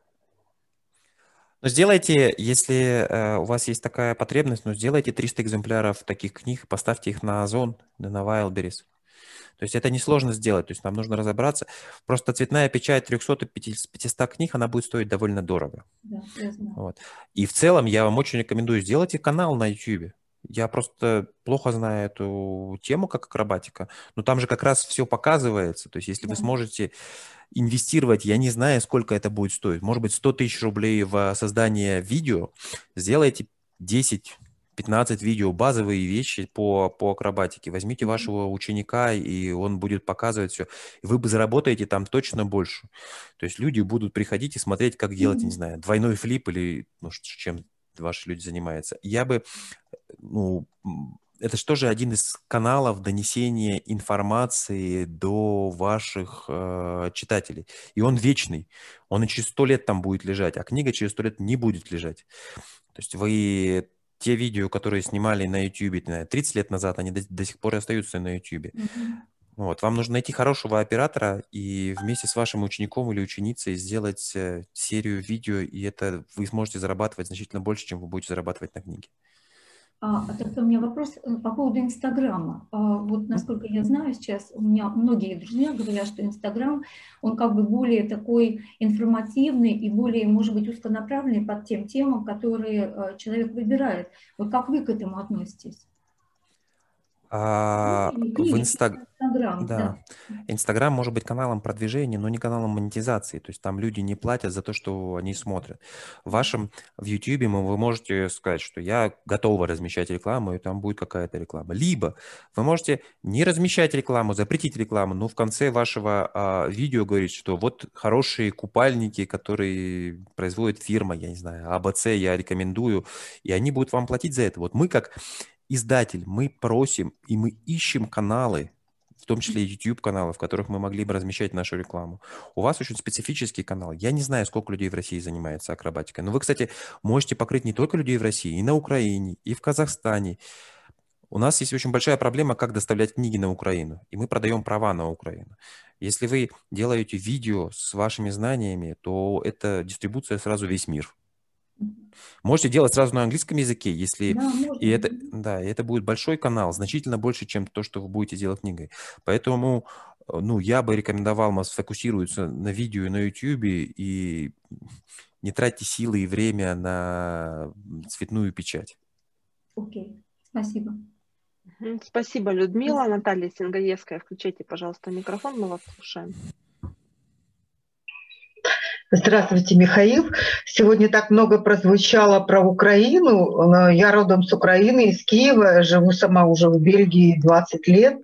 Но сделайте, если э, у вас есть такая потребность, ну, сделайте триста экземпляров таких книг, поставьте их на Озон, на Wildberries. То есть это несложно сделать, то есть нам нужно разобраться. Просто цветная печать триста-пятьсот книг, она будет стоить довольно дорого. Да, я знаю. Вот. И в целом я вам очень рекомендую, сделайте канал на YouTube. Я просто плохо знаю эту тему, как акробатика, но там же как раз все показывается. То есть если Да. вы сможете инвестировать, я не знаю, сколько это будет стоить, может быть, сто тысяч рублей в создание видео, сделайте десять-пятнадцать видео, базовые вещи по, по акробатике. Возьмите вашего ученика, и он будет показывать все. И вы бы заработаете там точно больше. То есть люди будут приходить и смотреть, как делать, не знаю, двойной флип или ну, чем ваши люди занимаются. Я бы, ну, это же тоже один из каналов донесения информации до ваших э, читателей. И он вечный. Он и через сто лет там будет лежать, а книга через сто лет не будет лежать. То есть вы те видео, которые снимали на YouTube тридцать лет назад, они до, до сих пор остаются на YouTube. Mm-hmm. Вот. Вам нужно найти хорошего оператора и вместе с вашим учеником или ученицей сделать э, серию видео, и это вы сможете зарабатывать значительно больше, чем вы будете зарабатывать на книге. А, а тогда у меня вопрос по поводу Инстаграма. А, вот насколько я знаю сейчас, у меня многие друзья говорят, что Инстаграм, он как бы более такой информативный и более, может быть, узконаправленный под тем темам, которые а, человек выбирает. Вот как вы к этому относитесь? А, в Инстаграме, Инстаграм, да. да. Инстаграм может быть каналом продвижения, но не каналом монетизации. То есть там люди не платят за то, что они смотрят. В вашем, в Ютубе вы можете сказать, что я готова размещать рекламу, и там будет какая-то реклама. Либо вы можете не размещать рекламу, запретить рекламу, но в конце вашего а, видео говорить, что вот хорошие купальники, которые производит фирма, я не знаю, а бэ цэ, я рекомендую, и они будут вам платить за это. Вот мы как издатель, мы просим и мы ищем каналы, в том числе YouTube-каналы, в которых мы могли бы размещать нашу рекламу. У вас очень специфический канал. Я не знаю, сколько людей в России занимается акробатикой, но вы, кстати, можете покрыть не только людей в России, и на Украине, и в Казахстане. У нас есть очень большая проблема, как доставлять книги на Украину, и мы продаем права на Украину. Если вы делаете видео с вашими знаниями, то это дистрибуция сразу весь мир. Можете делать сразу на английском языке, если да, и это, да, и это будет большой канал, значительно больше, чем то, что вы будете делать книгой. Поэтому, ну, я бы рекомендовал вам сфокусироваться на видео и на YouTube и не тратьте силы и время на цветную печать. Окей, okay. Спасибо. Спасибо, Людмила. Наталья Сингаевская, включайте, пожалуйста, микрофон, мы вас слушаем. Здравствуйте, Михаил. Сегодня так много прозвучало про Украину. Я родом с Украины, из Киева, живу сама уже в Бельгии двадцать лет.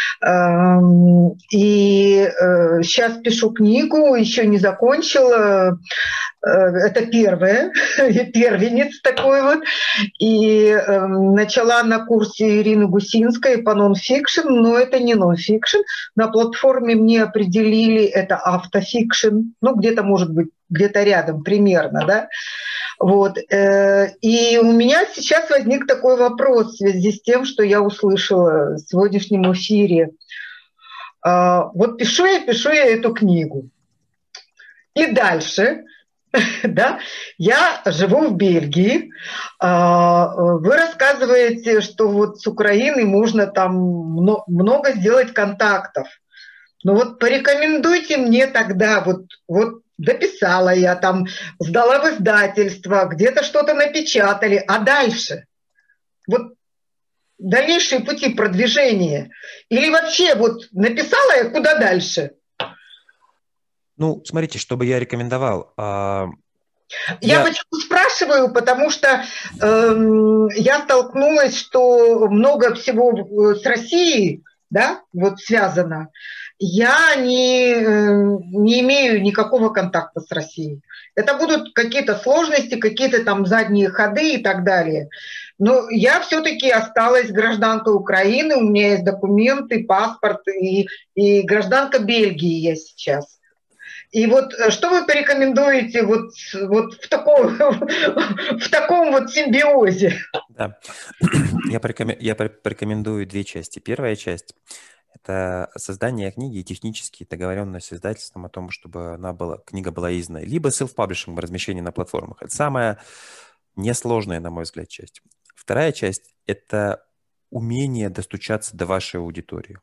И сейчас пишу книгу, еще не закончила. Это первое, первенец такой вот. И э, начала на курсе Ирины Гусинской по нон-фикшн, но это не нон-фикшн. На платформе мне определили это автофикшн, ну где-то может быть, где-то рядом примерно, да. Вот. И у меня сейчас возник такой вопрос в связи с тем, что я услышала в сегодняшнем эфире. Вот пишу я, пишу я эту книгу. И дальше, да, я живу в Бельгии. Вы рассказываете, что вот с Украиной можно там много сделать контактов. Ну вот порекомендуйте мне тогда, вот, вот дописала я там, сдала в издательство, где-то что-то напечатали, а дальше? Вот дальнейшие пути продвижения? Или вообще вот написала я, куда дальше? Ну, смотрите, что бы я рекомендовал. Я, я почему спрашиваю, потому что э, я столкнулась, что много всего с Россией, да, вот связано. Я не, не имею никакого контакта с Россией. Это будут какие-то сложности, какие-то там задние ходы и так далее. Но я все-таки осталась гражданкой Украины, у меня есть документы, паспорт и, и гражданка Бельгии я сейчас. И вот что вы порекомендуете вот, вот в, таком, в таком вот симбиозе? Да. Я, порекомен... я порекомендую две части. Первая часть – это создание книги и технические договоренности с издательством о том, чтобы она была, книга была издана. Либо self-publishing, размещение на платформах. Это самая несложная, на мой взгляд, часть. Вторая часть – это умение достучаться до вашей аудитории.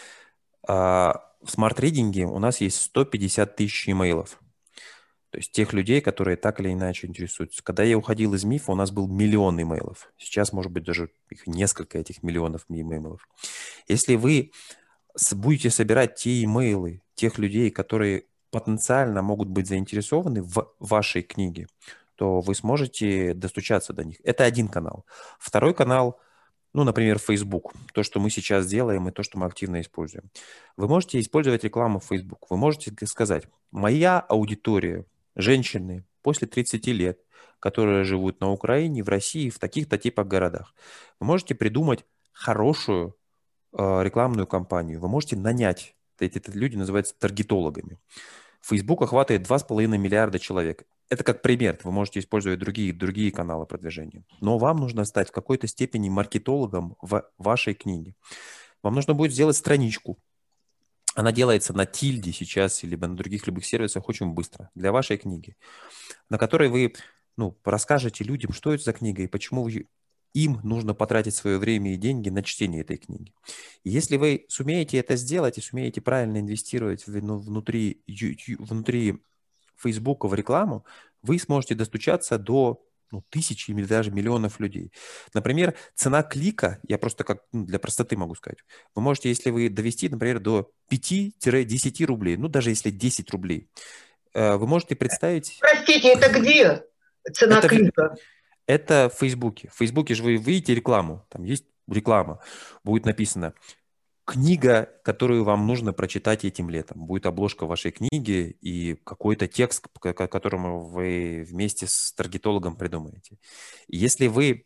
В смарт-ридинге у нас есть сто пятьдесят тысяч имейлов. То есть тех людей, которые так или иначе интересуются. Когда я уходил из МИФа, у нас был миллион имейлов. Сейчас, может быть, даже их несколько этих миллионов имейлов. Если вы будете собирать те имейлы тех людей, которые потенциально могут быть заинтересованы в вашей книге, то вы сможете достучаться до них. Это один канал. Второй канал, ну, например, Facebook. То, что мы сейчас делаем, и то, что мы активно используем. Вы можете использовать рекламу в Facebook. Вы можете сказать, моя аудитория, женщины после тридцати лет, которые живут на Украине, в России, в таких-то типах городах. Вы можете придумать хорошую э, рекламную кампанию. Вы можете нанять, эти, эти люди называются таргетологами. Facebook охватывает два с половиной миллиарда человек. Это как пример. Вы можете использовать другие, другие каналы продвижения. Но вам нужно стать в какой-то степени маркетологом в вашей книге. Вам нужно будет сделать страничку. Она делается на Тильде сейчас, либо на других любых сервисах очень быстро для вашей книги, на которой вы ну, расскажете людям, что это за книга и почему вы, им нужно потратить свое время и деньги на чтение этой книги. И если вы сумеете это сделать и сумеете правильно инвестировать в, ну, внутри, внутри Facebook в рекламу, вы сможете достучаться до ну, тысячи или даже миллионов людей. Например, цена клика, я просто как ну, для простоты могу сказать, вы можете, если вы довести, например, до пяти-десяти рублей, ну даже если десять рублей, вы можете представить... Простите, это где цена это, клика? Это в Фейсбуке. В Фейсбуке же вы видите рекламу, там есть реклама, будет написано книга, которую вам нужно прочитать этим летом. Будет обложка вашей книги и какой-то текст, к которому вы вместе с таргетологом придумаете. И если вы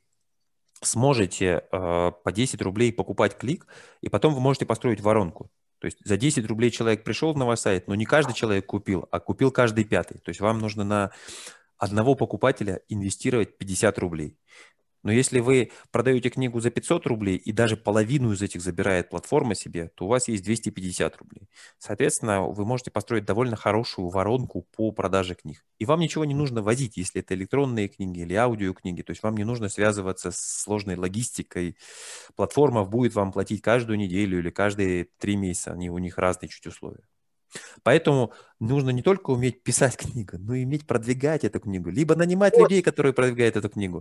сможете э, по десять рублей покупать клик, и потом вы можете построить воронку. То есть за десять рублей человек пришел на ваш сайт, но не каждый человек купил, а купил каждый пятый. То есть вам нужно на одного покупателя инвестировать пятьдесят рублей. Но если вы продаете книгу за пятьсот рублей и даже половину из этих забирает платформа себе, то у вас есть двести пятьдесят рублей. Соответственно, вы можете построить довольно хорошую воронку по продаже книг. И вам ничего не нужно возить, если это электронные книги или аудиокниги. То есть вам не нужно связываться с сложной логистикой. Платформа будет вам платить каждую неделю или каждые три месяца. Они, у них разные чуть условия. Поэтому нужно не только уметь писать книгу, но и уметь продвигать эту книгу. Либо нанимать людей, которые продвигают эту книгу.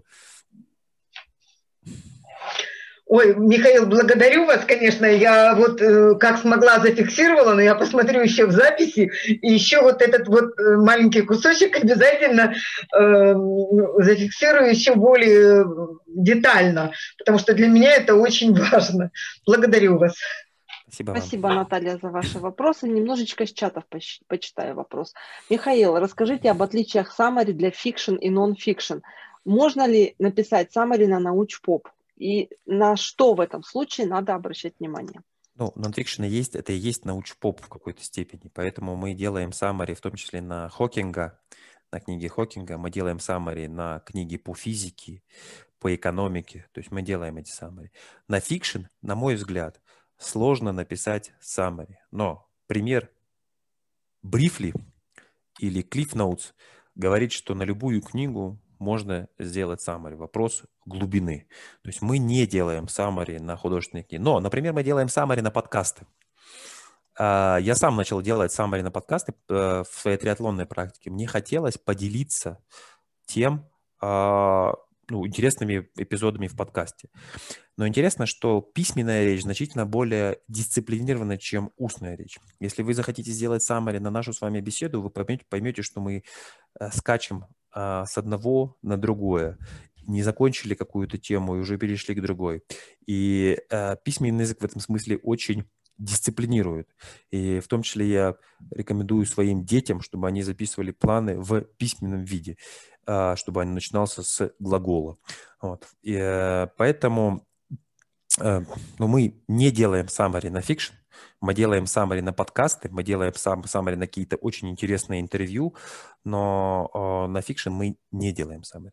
Ой, Михаил, благодарю вас, конечно, я вот э, как смогла зафиксировала, но я посмотрю еще в записи, и еще вот этот вот маленький кусочек обязательно э, зафиксирую еще более детально, потому что для меня это очень важно. Благодарю вас. Спасибо, Спасибо, Наталья, за ваши вопросы. Немножечко из чатов почитаю вопрос. Михаил, расскажите об отличиях summary для fiction и non-fiction. Можно ли написать summary на научпоп? И на что в этом случае надо обращать внимание? Ну, нонфикшн есть, это и есть научпоп в какой-то степени. Поэтому мы делаем summary, в том числе на Хокинга, на книге Хокинга. Мы делаем summary на книге по физике, по экономике. То есть мы делаем эти summary. На фикшн, на мой взгляд, сложно написать summary. Но пример Briefly или Cliff Notes говорит, что на любую книгу можно сделать summary. Вопрос глубины. То есть мы не делаем summary на художественные книги. Но, например, мы делаем summary на подкасты. Я сам начал делать summary на подкасты в своей триатлонной практике. Мне хотелось поделиться тем, ну, интересными эпизодами в подкасте. Но интересно, что письменная речь значительно более дисциплинирована, чем устная речь. Если вы захотите сделать summary на нашу с вами беседу, вы поймете, поймете что мы скачем с одного на другое. Не закончили какую-то тему и уже перешли к другой. И письменный язык в этом смысле очень дисциплинирует. И в том числе я рекомендую своим детям, чтобы они записывали планы в письменном виде, чтобы он начинался с глагола. Вот. И поэтому ну, мы не делаем summary на фикшн, мы делаем summary на подкасты, мы делаем summary на какие-то очень интересные интервью, но на фикшн мы не делаем summary.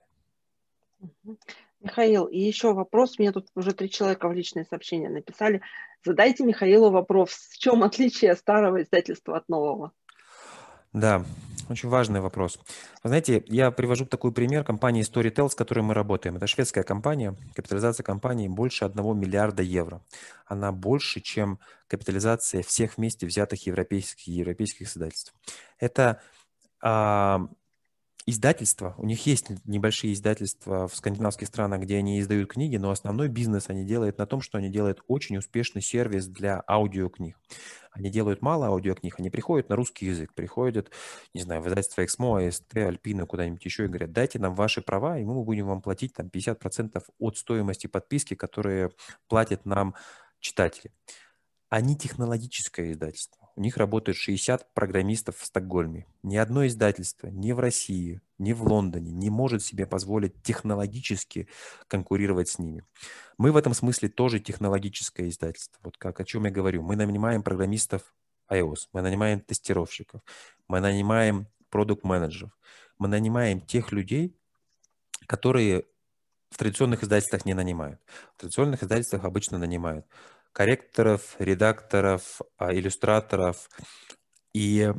Михаил, и еще вопрос. Мне тут уже три человека в личные сообщения написали. Задайте Михаилу вопрос. В чем отличие старого издательства от нового? Да, очень важный вопрос. Вы знаете, я привожу такой пример компании Storytel, с которой мы работаем. Это шведская компания. Капитализация компании больше одного миллиарда евро. Она больше, чем капитализация всех вместе взятых европейских, европейских издательств. Это а, издательства, у них есть небольшие издательства в скандинавских странах, где они издают книги, но основной бизнес они делают на том, что они делают очень успешный сервис для аудиокниг. Они делают мало аудиокниг, они приходят на русский язык, приходят, не знаю, в издательство Эксмо, АСТ, Альпина, куда-нибудь еще и говорят, дайте нам ваши права, и мы будем вам платить там пятьдесят процентов от стоимости подписки, которые платят нам читатели. Они технологическое издательство. У них работают шестьдесят программистов в Стокгольме. Ни одно издательство ни в России, ни в Лондоне не может себе позволить технологически конкурировать с ними. Мы в этом смысле тоже технологическое издательство. Вот как о чем я говорю. Мы нанимаем программистов iOS, мы нанимаем тестировщиков, мы нанимаем продукт-менеджеров, мы нанимаем тех людей, которые в традиционных издательствах не нанимают. В традиционных издательствах обычно нанимают корректоров, редакторов, иллюстраторов. И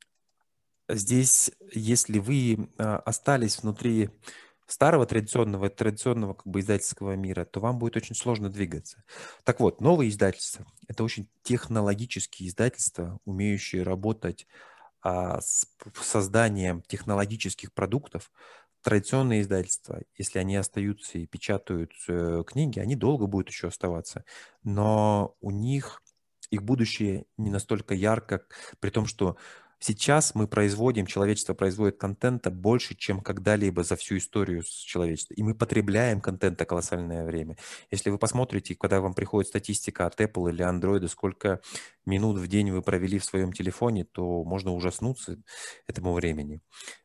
здесь, если вы остались внутри старого традиционного, традиционного как бы издательского мира, то вам будет очень сложно двигаться. Так вот, новые издательства – это очень технологические издательства, умеющие работать а, с созданием технологических продуктов. Традиционные издательства, если они остаются и печатают э, книги, они долго будут еще оставаться. Но у них их будущее не настолько ярко, при том, что сейчас мы производим, человечество производит контента больше, чем когда-либо за всю историю человечества. И мы потребляем контента колоссальное время. Если вы посмотрите, когда вам приходит статистика от Apple или Android, сколько минут в день вы провели в своем телефоне, то можно ужаснуться этому времени.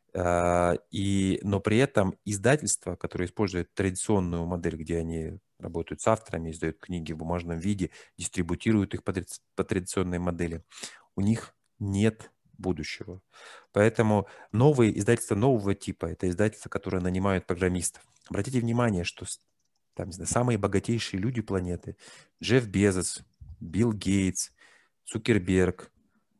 И, но при этом издательства, которые используют традиционную модель, где они работают с авторами, издают книги в бумажном виде, дистрибутируют их по, по традиционной модели, у них нет будущего. Поэтому новые издательства нового типа – это издательства, которые нанимают программистов. Обратите внимание, что там, не знаю, самые богатейшие люди планеты – Джефф Безос, Билл Гейтс, Цукерберг,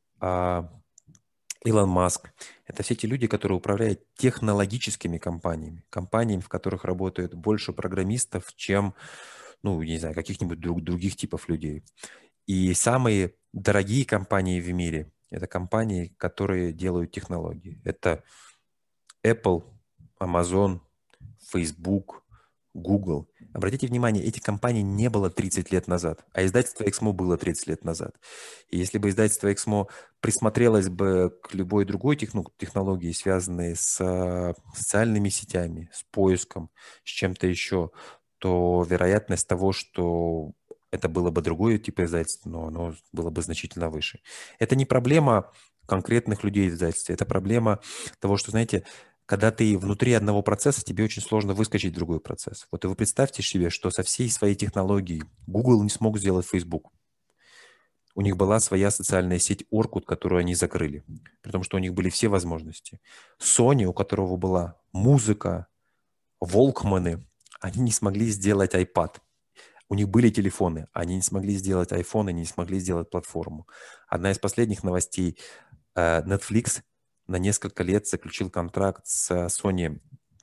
Илон Маск. Это все те люди, которые управляют технологическими компаниями, компаниями, в которых работают больше программистов, чем, ну, не знаю, каких-нибудь друг, других типов людей. И самые дорогие компании в мире – это компании, которые делают технологии. Это Apple, Amazon, Facebook, Google. Обратите внимание, эти компании не было тридцать лет назад, а издательство Эксмо было тридцать лет назад. И если бы издательство Эксмо присмотрелось бы к любой другой технологии, связанной с социальными сетями, с поиском, с чем-то еще, то вероятность того, что это было бы другое типа издательства, но оно было бы значительно выше. Это не проблема конкретных людей в издательстве, это проблема того, что, знаете, когда ты внутри одного процесса, тебе очень сложно выскочить в другой процесс. Вот и вы представьте себе, что со всей своей технологией Google не смог сделать Facebook. У них была своя социальная сеть Orkut, которую они закрыли, при том, что у них были все возможности. Sony, у которого была музыка, Волкманы, они не смогли сделать iPad. У них были телефоны, они не смогли сделать iPhone, они не смогли сделать платформу. Одна из последних новостей. Netflix на несколько лет заключил контракт с Sony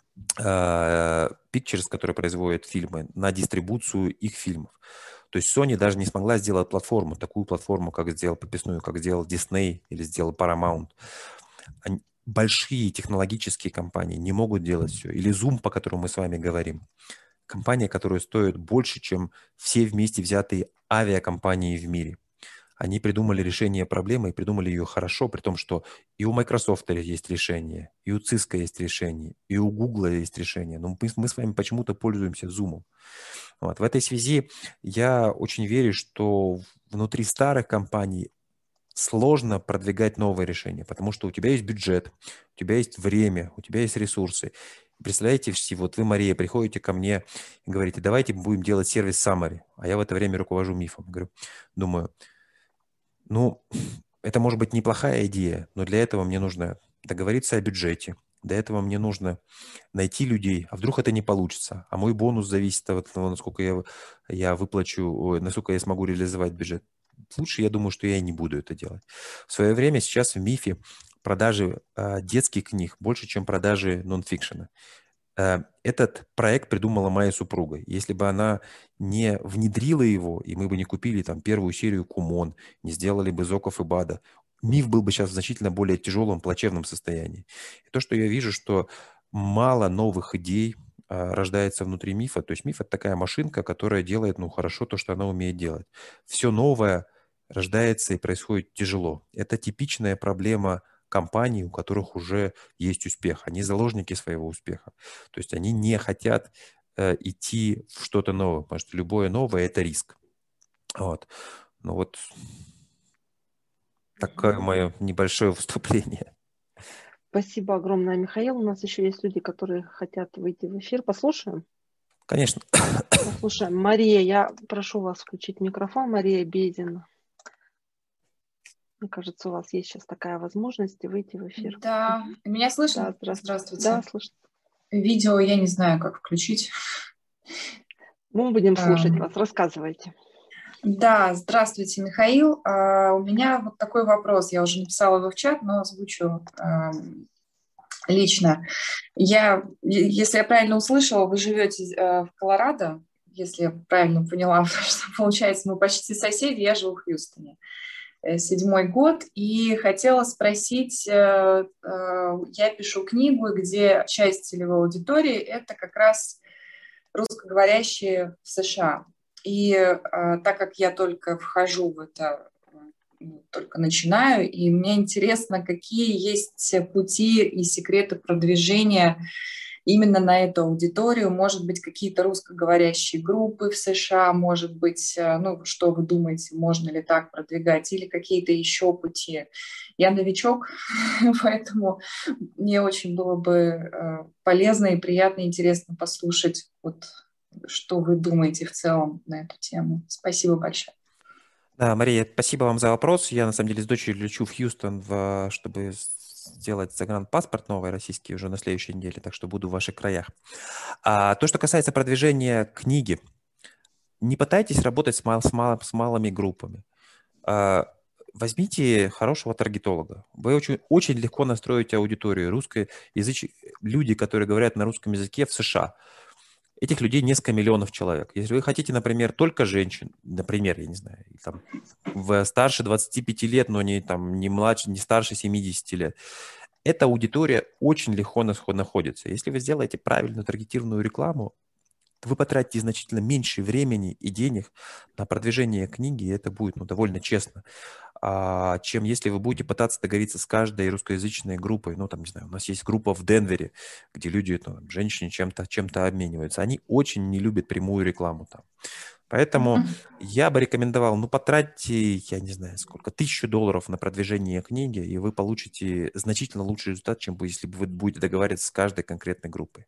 Pictures, который производит фильмы, на дистрибуцию их фильмов. То есть Sony даже не смогла сделать платформу, такую платформу, как сделал подписную, как сделал Disney или сделал Paramount. Они, большие технологические компании не могут делать все. Или Zoom, по которому мы с вами говорим. Компания, которая стоит больше, чем все вместе взятые авиакомпании в мире. Они придумали решение проблемы и придумали ее хорошо, при том, что и у Microsoft есть решение, и у Cisco есть решение, и у Google есть решение. Но мы, мы с вами почему-то пользуемся Zoom. Вот. В этой связи я очень верю, что внутри старых компаний сложно продвигать новые решения, потому что у тебя есть бюджет, у тебя есть время, у тебя есть ресурсы. Представляете, вот вы, Мария, приходите ко мне и говорите, давайте будем делать сервис Summary, а я в это время руковожу мифом. Говорю, думаю, ну, это может быть неплохая идея, но для этого мне нужно договориться о бюджете, для этого мне нужно найти людей, а вдруг это не получится, а мой бонус зависит от того, насколько я, я выплачу, насколько я смогу реализовать бюджет. Лучше, я думаю, что я и не буду это делать. В свое время сейчас в МИФе продажи э, детских книг больше, чем продажи нон-фикшена. Э, этот проект придумала моя супруга. Если бы она не внедрила его, и мы бы не купили там первую серию Кумон, не сделали бы Зоков и Бада, МИФ был бы сейчас в значительно более тяжелом, плачевном состоянии. И то, что я вижу, что мало новых идей э, рождается внутри МИФа. То есть МИФ – это такая машинка, которая делает, ну, хорошо то, что она умеет делать. Все новое рождается и происходит тяжело. Это типичная проблема компаний, у которых уже есть успех. Они заложники своего успеха. То есть они не хотят э, идти в что-то новое, потому что любое новое – это риск. Вот. Ну вот такое мое небольшое выступление. Спасибо огромное, Михаил. У нас еще есть люди, которые хотят выйти в эфир. Послушаем? Конечно. Послушаем. Мария, я прошу вас включить микрофон. Мария Бедина. Мне кажется, у вас есть сейчас такая возможность выйти в эфир. Да, меня слышно? Да, здравствуйте. Здравствуйте. Да, слышно. Видео я не знаю, как включить. Мы будем слушать а, вас. Рассказывайте. Да, здравствуйте, Михаил. А, у меня вот такой вопрос. Я уже написала его в чат, но озвучу а, лично. Я, если я правильно услышала, вы живете а, в Колорадо, если я правильно поняла, потому что, получается, мы почти соседи, я живу в Хьюстоне. Седьмой год, и хотела спросить, я пишу книгу, где часть целевой аудитории – это как раз русскоговорящие в США. И так как я только вхожу в это, только начинаю, и мне интересно, какие есть пути и секреты продвижения именно на эту аудиторию, может быть, какие-то русскоговорящие группы в США, может быть, ну, что вы думаете, можно ли так продвигать, или какие-то еще пути. Я новичок, поэтому мне очень было бы полезно и приятно, и интересно послушать, вот, что вы думаете в целом на эту тему. Спасибо большое. Да, Мария, спасибо вам за вопрос. Я, на самом деле, с дочерью лечу в Хьюстон, в, чтобы сделать загранпаспорт новый российский уже на следующей неделе, так что буду в ваших краях. А то, что касается продвижения книги, не пытайтесь работать с, мал, с, мал, с малыми группами. А, возьмите хорошего таргетолога. Вы очень, очень легко настроите аудиторию. Русскоязыч... Люди, которые говорят на русском языке в США, этих людей несколько миллионов человек. Если вы хотите, например, только женщин, например, я не знаю, там, в старше двадцати пяти лет, но не, там, не младше, не старше семидесяти лет, эта аудитория очень легко находится. Если вы сделаете правильную таргетированную рекламу, вы потратите значительно меньше времени и денег на продвижение книги, и это будет, ну, довольно честно, а, чем если вы будете пытаться договориться с каждой русскоязычной группой. Ну, там, не знаю, у нас есть группа в Денвере, где люди, ну, женщины чем-то чем-то обмениваются. Они очень не любят прямую рекламу там. Поэтому я бы рекомендовал, ну, потратьте, я не знаю, сколько, тысячу долларов на продвижение книги, и вы получите значительно лучший результат, чем если бы вы будете договариваться с каждой конкретной группой.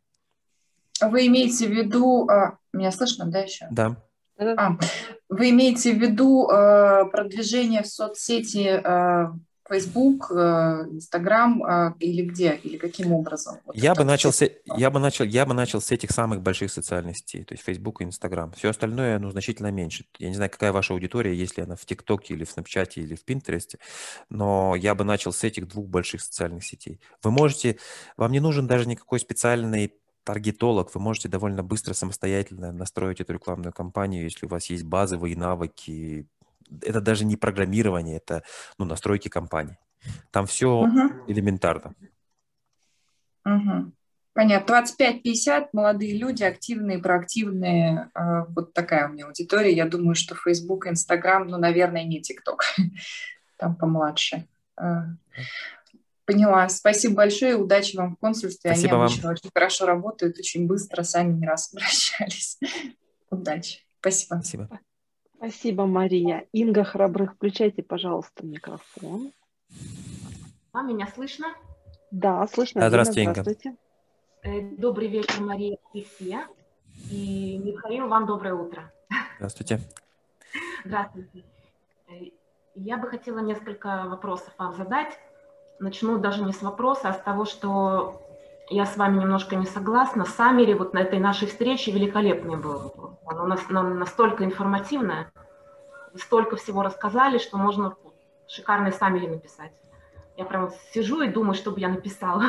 Вы имеете в виду... А, меня слышно, да, еще? Да. А, вы имеете в виду э, продвижение в соцсети э, Facebook, Instagram или где, или каким образом? Вот я, бы начал все... с, я, бы начал, я бы начал с этих самых больших социальных сетей, то есть Facebook и Instagram. Все остальное, ну, значительно меньше. Я не знаю, какая ваша аудитория, если она в ТикТоке или в Snapchat или в Pinterest, но я бы начал с этих двух больших социальных сетей. Вы можете, вам не нужен даже никакой специальный таргетолог, вы можете довольно быстро самостоятельно настроить эту рекламную кампанию, если у вас есть базовые навыки. Это даже не программирование, это, ну, настройки кампании. Там все uh-huh. элементарно. Uh-huh. Понятно. двадцать пять пятьдесят, молодые люди, активные, проактивные. Вот такая у меня аудитория. Я думаю, что Facebook, Instagram, ну, наверное, не TikTok. Там помладше. Поняла. Спасибо большое. Удачи вам в консульстве. Спасибо Они вам. обычно очень хорошо работают, очень быстро, сами не раз обращались. Удачи. Спасибо. Спасибо. Спасибо, Мария. Инга Храбрых, включайте, пожалуйста, микрофон. А, меня слышно? Да, слышно. Да, здравствуйте, Инга. Инга. Здравствуйте. Добрый вечер, Мария и все. И Михаил, вам доброе утро. Здравствуйте. Здравствуйте. Я бы хотела несколько вопросов вам задать. Начну даже не с вопроса, а с того, что я с вами немножко не согласна. Саммери вот на этой нашей встрече великолепный был. Он у нас настолько информативное. Вы столько всего рассказали, что можно шикарный саммери написать. Я прям сижу и думаю, что бы я написала.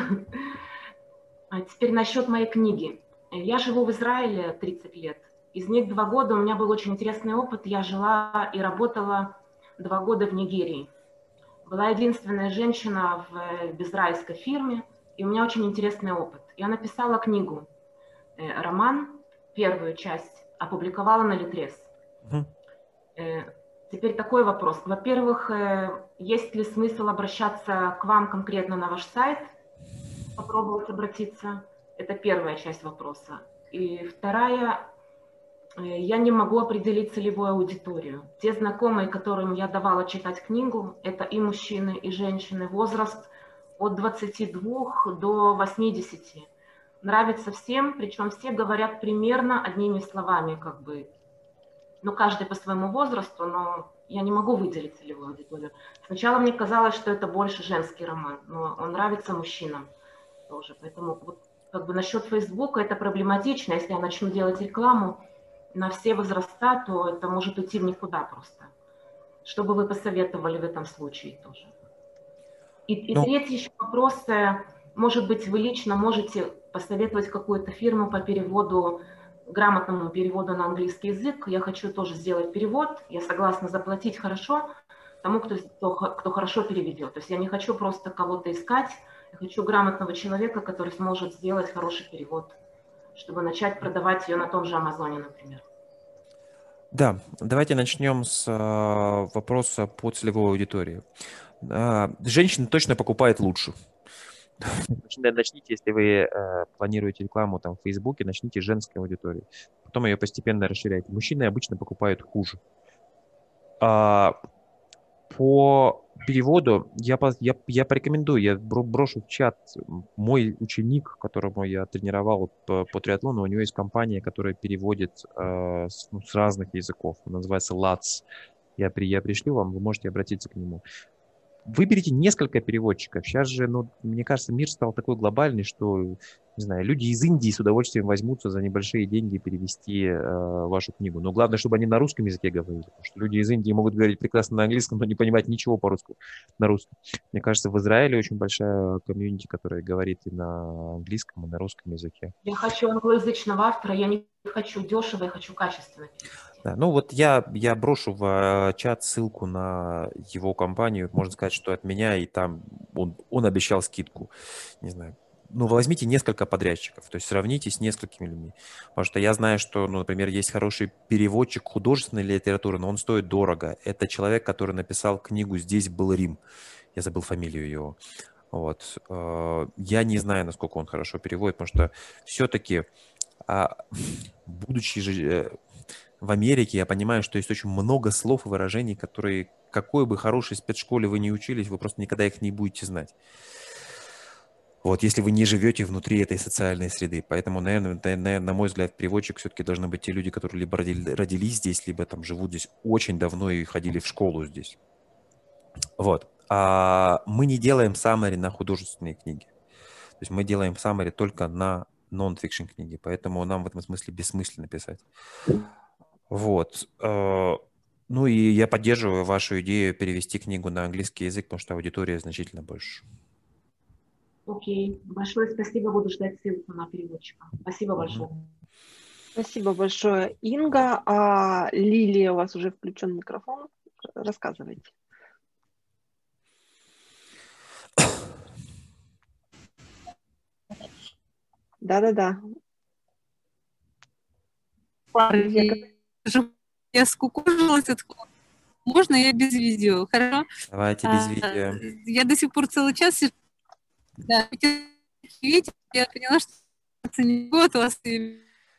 А теперь насчет моей книги. Я живу в Израиле тридцать лет. Из них два года у меня был очень интересный опыт. Я жила и работала два года в Нигерии. Была единственная женщина в израильской фирме, и у меня очень интересный опыт. Я написала книгу, роман, первую часть, опубликовала на Литрес. Uh-huh. Теперь такой вопрос. Во-первых, есть ли смысл обращаться к вам конкретно на ваш сайт? Попробовать обратиться. Это первая часть вопроса. И вторая, я не могу определить целевую аудиторию. Те знакомые, которым я давала читать книгу, это и мужчины, и женщины, возраст от двадцати двух до восьмидесяти. Нравится всем, причем все говорят примерно одними словами, как бы, ну, каждый по своему возрасту, но я не могу выделить целевую аудиторию. Сначала мне казалось, что это больше женский роман, но он нравится мужчинам тоже. Поэтому вот, как бы насчет Фейсбука это проблематично. Если я начну делать рекламу на все возраста, то это может уйти в никуда просто. Что бы вы посоветовали в этом случае тоже? И, и ну, третий еще вопрос. Может быть, вы лично можете посоветовать какую-то фирму по переводу, грамотному переводу на английский язык. Я хочу тоже сделать перевод. Я согласна заплатить хорошо тому, кто, кто, кто хорошо переведет. То есть я не хочу просто кого-то искать. Я хочу грамотного человека, который сможет сделать хороший перевод, чтобы начать продавать ее на том же Амазоне, например. Да, давайте начнем с э, вопроса по целевой аудитории. Э, женщины точно покупают лучше. Начните, если вы э, планируете рекламу там, в Фейсбуке, начните с женской аудитории. Потом ее постепенно расширяйте. Мужчины обычно покупают хуже. А, по переводу я, я, я порекомендую, я брошу в чат мой ученик, которому я тренировал по, по триатлону, у него есть компания, которая переводит э, с, ну, с разных языков. Она называется латс. Я, при, я пришлю вам, вы можете обратиться к нему. Выберите несколько переводчиков. Сейчас же, ну, мне кажется, мир стал такой глобальный, что, не знаю, люди из Индии с удовольствием возьмутся за небольшие деньги перевести э, вашу книгу. Но главное, чтобы они на русском языке говорили. Потому что люди из Индии могут говорить прекрасно на английском, но не понимать ничего по-русски на русском. Мне кажется, в Израиле очень большая комьюнити, которая говорит и на английском, и на русском языке. Я хочу англоязычного автора, я не хочу дешево, я хочу качественно. Да, ну вот я, я брошу в чат ссылку на его компанию. Можно сказать, что от меня, и там он, он обещал скидку. Не знаю. Ну, возьмите несколько подрядчиков, то есть сравните с несколькими людьми. Потому что я знаю, что, ну, например, есть хороший переводчик художественной литературы, но он стоит дорого. Это человек, который написал книгу «Здесь был Рим». Я забыл фамилию его. Вот. Я не знаю, насколько он хорошо переводит, потому что все-таки, будучи же в Америке, я понимаю, что есть очень много слов и выражений, которые, какой бы хорошей спецшколе вы ни учились, вы просто никогда их не будете знать. Вот, если вы не живете внутри этой социальной среды. Поэтому, наверное, наверное на мой взгляд, переводчик все-таки должны быть те люди, которые либо родились здесь, либо там живут здесь очень давно и ходили в школу здесь. Вот. А, мы не делаем summary на художественные книги. То есть мы делаем summary только на non-fiction книги, поэтому нам в этом смысле бессмысленно писать. Вот. э, Ну и я поддерживаю вашу идею перевести книгу на английский язык, потому что аудитория значительно больше. Окей, большое спасибо, буду ждать ссылку на переводчика. Спасибо большое. Спасибо большое, Инга. А Лилия, у вас уже включен микрофон. Рассказывайте. Да-да-да. Я скукожилась от холода. Можно я без видео? Хорошо? Давайте без А, видео. Я до сих пор целый час сижу. Да, видите, я поняла, что это не год у вас. и-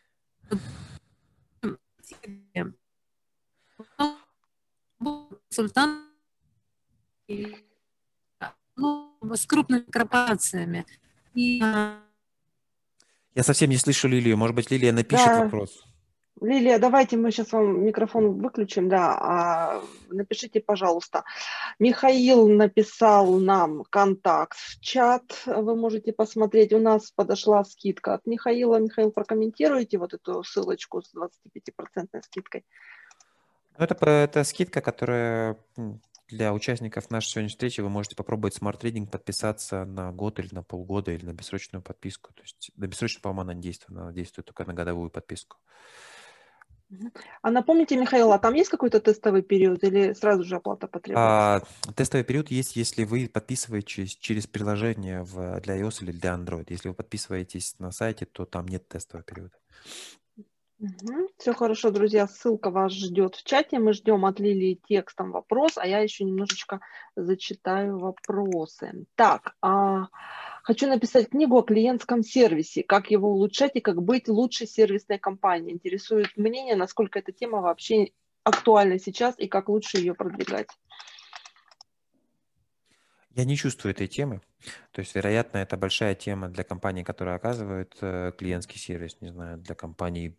Консультант и, ну, с крупными корпорациями. И, а, Я совсем не слышу Лилию. Может быть, Лилия напишет Да. вопрос. Лилия, давайте мы сейчас вам микрофон выключим, да, а напишите, пожалуйста. Михаил написал нам контакт в чат, вы можете посмотреть, у нас подошла скидка от Михаила. Михаил, прокомментируйте вот эту ссылочку с двадцатипятипроцентной скидкой. Ну, это, по- это скидка, которая м, для участников нашей сегодняшней встречи. Вы можете попробовать Smart Reading, подписаться на год или на полгода, или на бессрочную подписку. То есть на бессрочную, по-моему, она не действует, она действует только на годовую подписку. Мгм. А напомните, Михаил, а там есть какой-то тестовый период или сразу же оплата потребуется? А, тестовый период есть, если вы подписываетесь через приложение в, для iOS или для Android. Если вы подписываетесь на сайте, то там нет тестового периода. Все хорошо, друзья, ссылка вас ждет в чате. Мы ждем от Лилии текстом вопрос, а я еще немножечко зачитаю вопросы. Так, а, хочу написать книгу о клиентском сервисе, как его улучшать и как быть лучшей сервисной компанией. Интересует мнение, насколько эта тема вообще актуальна сейчас и как лучше ее продвигать. Я не чувствую этой темы. То есть, вероятно, это большая тема для компаний, которые оказывают э, клиентский сервис, не знаю, для компаний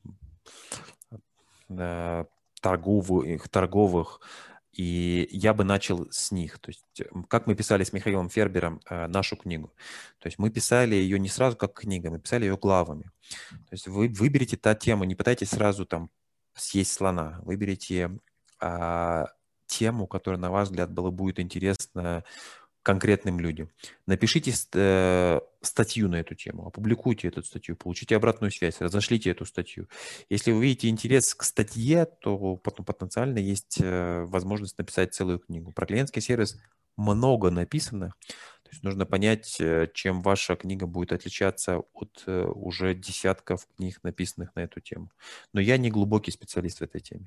э, торговых, торговых. И я бы начал с них. То есть, м, как мы писали с Михаилом Фербером э, нашу книгу. То есть мы писали ее не сразу как книга, мы писали ее главами. То есть вы выберите та тему, не пытайтесь сразу там съесть слона. Выберите а, тему, которая, на ваш взгляд, было, будет интересна конкретным людям. Напишите э, статью на эту тему, опубликуйте эту статью, получите обратную связь, разошлите эту статью. Если вы видите интерес к статье, то потом потенциально есть э, возможность написать целую книгу. Про клиентский сервис много написано. То есть нужно понять, э, чем ваша книга будет отличаться от э, уже десятков книг, написанных на эту тему. Но я не глубокий специалист в этой теме.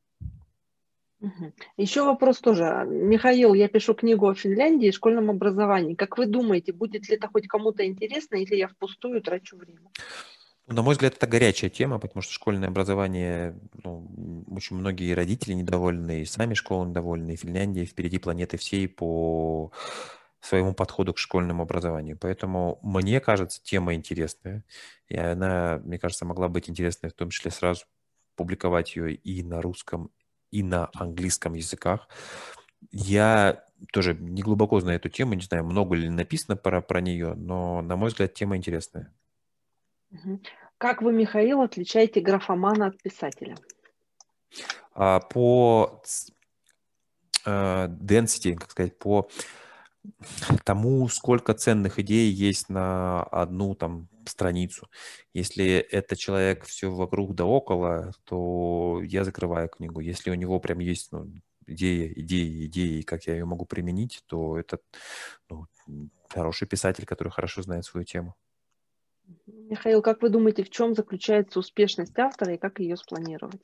Мгм. Еще вопрос тоже. Михаил, я пишу книгу о Финляндии и школьном образовании. Как вы думаете, будет ли это хоть кому-то интересно, или я впустую трачу время? На мой взгляд, это горячая тема, потому что школьное образование, ну, очень многие родители недовольны, и сами школы недовольны, и Финляндия впереди планеты всей по своему подходу к школьному образованию. Поэтому мне кажется, тема интересная, и она, мне кажется, могла быть интересной, в том числе сразу публиковать ее и на русском, и на английском языках. Я тоже не глубоко знаю эту тему, не знаю, много ли написано про, про нее, но, на мой взгляд, тема интересная. Мгм. Как вы, Михаил, отличаете графомана от писателя? А, По ц- э, density, как сказать, по тому, сколько ценных идей есть на одну там страницу. Если это человек все вокруг да около, то я закрываю книгу. Если у него прям есть ну, идея, идеи, идеи, как я ее могу применить, то это ну, хороший писатель, который хорошо знает свою тему. Михаил, как вы думаете, в чем заключается успешность автора и как ее спланировать?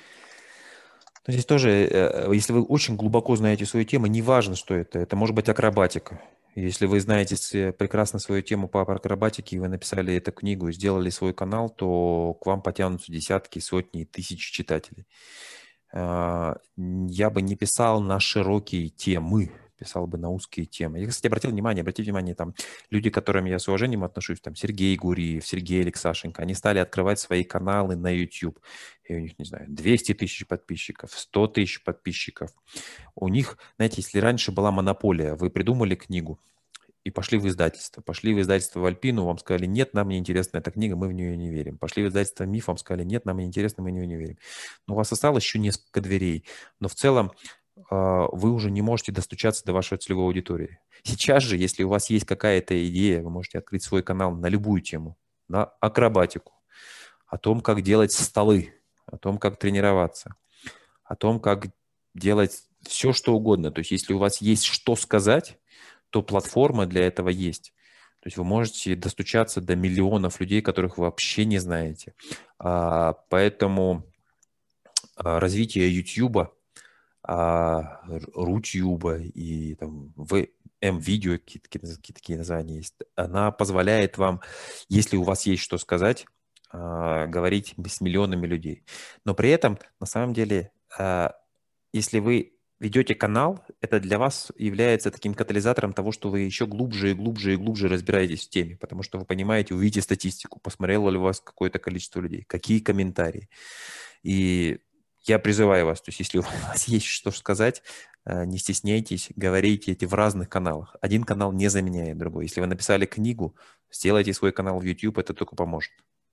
Но здесь тоже, э, если вы очень глубоко знаете свою тему, неважно, что это, это может быть акробатика. Если вы знаете с- прекрасно свою тему по акробатике, и вы написали эту книгу и сделали свой канал, то к вам потянутся десятки, сотни, тысячи читателей. А, м, Я бы не писал на широкие темы, писал бы на узкие темы. Я, кстати, обратил внимание, обратите внимание, там люди, к которым я с уважением отношусь, там Сергей Гуриев, Сергей Алексашенко, они стали открывать свои каналы на YouTube. И у них, не знаю, двести тысяч подписчиков, сто тысяч подписчиков. У них, знаете, если раньше была монополия, вы придумали книгу, и пошли в издательство. Пошли в издательство в Альпину, вам сказали, нет, нам не интересна эта книга, мы в нее не верим. Пошли в издательство Миф, вам сказали, нет, нам не интересно, мы в нее не верим. Но у вас осталось еще несколько дверей, но в целом э, вы уже не можете достучаться до вашей целевой аудитории. Сейчас же, если у вас есть какая-то идея, вы можете открыть свой канал на любую тему, на акробатику, о том, как делать столы, о том, как тренироваться, о том, как делать все, что угодно. То есть если у вас есть что сказать, то платформа для этого есть. То есть вы можете достучаться до миллионов людей, которых вы вообще не знаете. А, поэтому а, развитие YouTube, а, Рутюба и там, М-видео, какие-то, какие-то такие названия есть, она позволяет вам, если у вас есть что сказать, а, говорить с миллионами людей. Но при этом, на самом деле, а, если вы ведете канал, это для вас является таким катализатором того, что вы еще глубже и глубже и глубже разбираетесь в теме, потому что вы понимаете, увидите статистику, посмотрело ли у вас какое-то количество людей, какие комментарии. И я призываю вас, то есть если у вас есть что сказать, не стесняйтесь, говорите эти в разных каналах. Один канал не заменяет другой. Если вы написали книгу, сделайте свой канал в YouTube, это только поможет.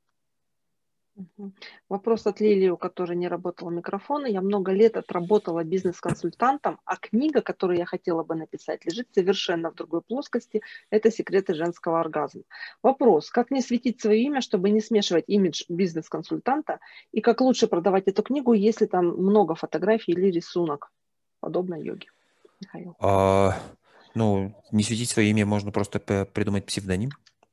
Вопрос от Лилии, у которой не работал микрофон. Я много лет отработала бизнес-консультантом, а книга, которую я хотела бы написать, лежит совершенно в другой плоскости. Это «Секреты женского оргазма». Вопрос, как не светить свое имя, чтобы не смешивать имидж бизнес-консультанта, и как лучше продавать эту книгу, если там много фотографий или рисунок, подобно йоге? Михаил. А, ну, не светить свое имя, можно просто придумать псевдоним.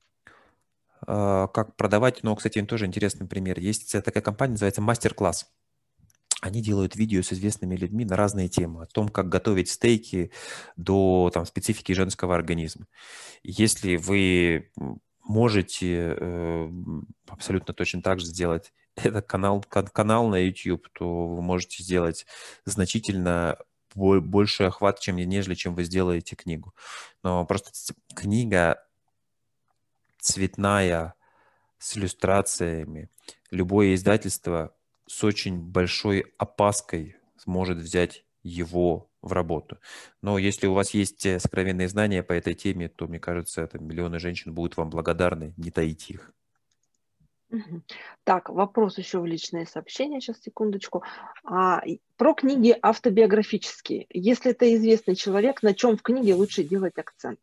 Как продавать, но, кстати, тоже интересный пример. Есть такая компания, называется Мастер-класс. Они делают видео с известными людьми на разные темы. О том, как готовить стейки до там, специфики женского организма. Если вы можете э, абсолютно точно так же сделать этот канал, канал на YouTube, то вы можете сделать значительно больше охват, чем, нежели чем вы сделаете книгу. Но просто книга цветная, с иллюстрациями. Любое издательство с очень большой опаской сможет взять его в работу. Но если у вас есть сокровенные знания по этой теме, то, мне кажется, это миллионы женщин будут вам благодарны, не таите их. Так, вопрос еще в личные сообщения, сейчас, секундочку. А, про книги автобиографические. Если это известный человек, на чем в книге лучше делать акцент?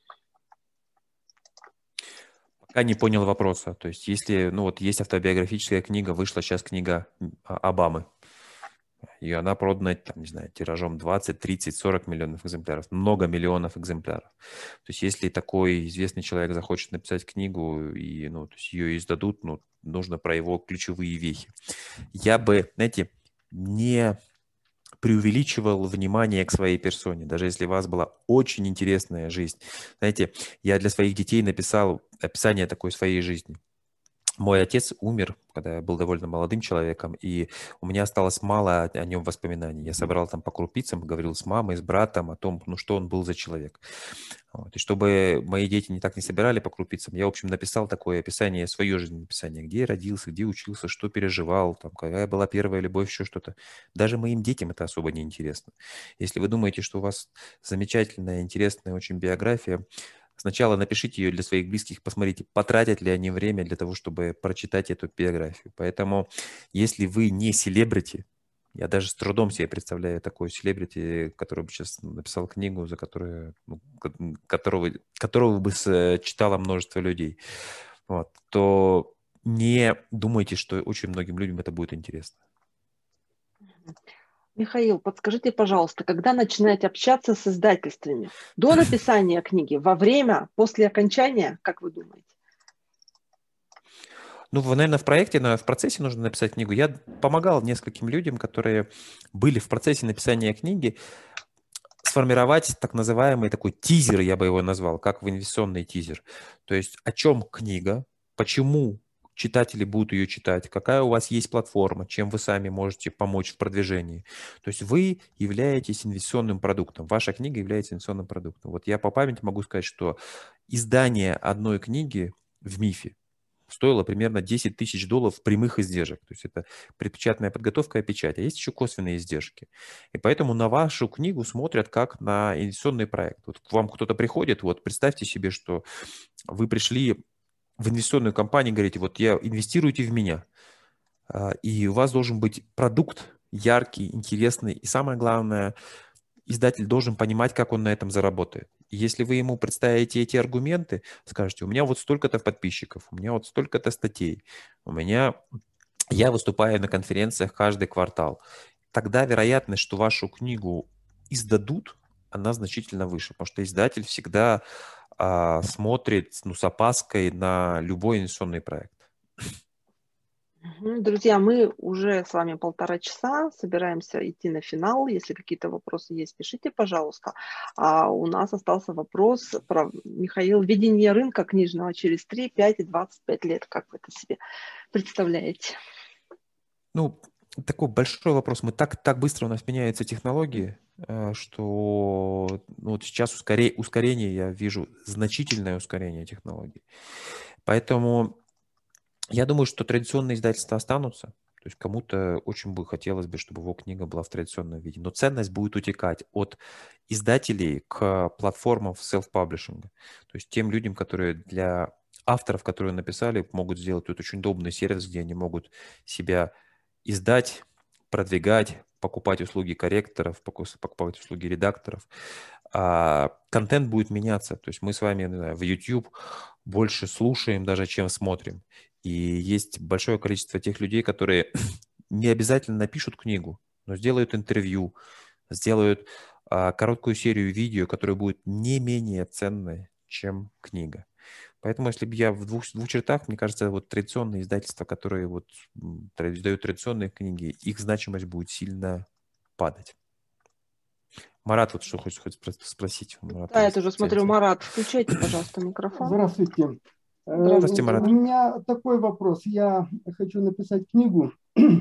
Пока не понял вопроса. То есть, если, ну вот, есть автобиографическая книга, вышла сейчас книга Обамы, и она продана, там, не знаю, тиражом двадцать, тридцать, сорок миллионов экземпляров, много миллионов экземпляров. То есть, если такой известный человек захочет написать книгу, и, ну, то есть ее издадут, ну, нужно про его ключевые вехи. Я бы, знаете, не преувеличивал внимание к своей персоне, даже если у вас была очень интересная жизнь. Знаете, я для своих детей написал описание такой своей жизни. Мой отец умер, когда я был довольно молодым человеком, и у меня осталось мало о нем воспоминаний. Я собрал там по крупицам, говорил с мамой, с братом о том, ну, что он был за человек. Вот. И чтобы мои дети не так не собирали по крупицам, я, в общем, написал такое описание, свое жизнеописание, где я родился, где учился, что переживал, там, какая была первая любовь, еще что-то. Даже моим детям это особо не интересно. Если вы думаете, что у вас замечательная, интересная очень биография, сначала напишите ее для своих близких, посмотрите, потратят ли они время для того, чтобы прочитать эту биографию. Поэтому, если вы не селебрити, я даже с трудом себе представляю такой селебрити, который бы сейчас написал книгу, за которую, ну, которого, которого бы читало множество людей, вот, то не думайте, что очень многим людям это будет интересно. Михаил, подскажите, пожалуйста, когда начинать общаться с издательствами? До написания книги, во время, после окончания, как вы думаете? Ну, наверное, в проекте, в процессе нужно написать книгу. Я помогал нескольким людям, которые были в процессе написания книги, сформировать так называемый такой тизер, я бы его назвал, как в инвестиционный тизер. То есть о чем книга, почему читатели будут ее читать, какая у вас есть платформа, чем вы сами можете помочь в продвижении. То есть вы являетесь инвестиционным продуктом, ваша книга является инвестиционным продуктом. Вот я по памяти могу сказать, что издание одной книги в МИФе стоило примерно десять тысяч долларов прямых издержек. То есть это предпечатная подготовка и печать. А есть еще косвенные издержки. И поэтому на вашу книгу смотрят как на инвестиционный проект. Вот к вам кто-то приходит, вот представьте себе, что вы пришли в инвестиционную компанию и говорите, вот я инвестируйте в меня. И у вас должен быть продукт яркий, интересный. И самое главное, издатель должен понимать, как он на этом заработает. И если вы ему представите эти аргументы, скажете, у меня вот столько-то подписчиков, у меня вот столько-то статей, у меня... я выступаю на конференциях каждый квартал, тогда вероятность, что вашу книгу издадут, она значительно выше, потому что издатель всегда а, смотрит ну, с опаской на любой инвестиционный проект. Друзья, мы уже с вами полтора часа, собираемся идти на финал. Если какие-то вопросы есть, пишите, пожалуйста. А у нас остался вопрос про, Михаил, видение рынка книжного через три, пять и двадцать пять лет. Как вы это себе представляете? Ну, такой большой вопрос. Мы так, так быстро у нас меняются технологии, что ну, вот сейчас ускорение, ускорение, я вижу значительное ускорение технологий. Поэтому... я думаю, что традиционные издательства останутся. То есть кому-то очень бы хотелось бы, чтобы его книга была в традиционном виде. Но ценность будет утекать от издателей к платформам селф-паблишинга. То есть тем людям, которые для авторов, которые написали, могут сделать тут очень удобный сервис, где они могут себя издать, продвигать, покупать услуги корректоров, покупать услуги редакторов. А контент будет меняться. То есть мы с вами, не знаю, в YouTube больше слушаем даже, чем смотрим. И есть большое количество тех людей, которые не обязательно напишут книгу, но сделают интервью, сделают а, короткую серию видео, которая будет не менее ценной, чем книга. Поэтому, если бы я в двух, в двух чертах, мне кажется, вот традиционные издательства, которые вот издают традиционные книги, их значимость будет сильно падать. Марат, вот что хочешь хоть спросить? Марат, да, я тоже смотрю, Марат, включайте, пожалуйста, микрофон. Здравствуйте. Здравствуйте, Марат. У меня такой вопрос. Я хочу написать книгу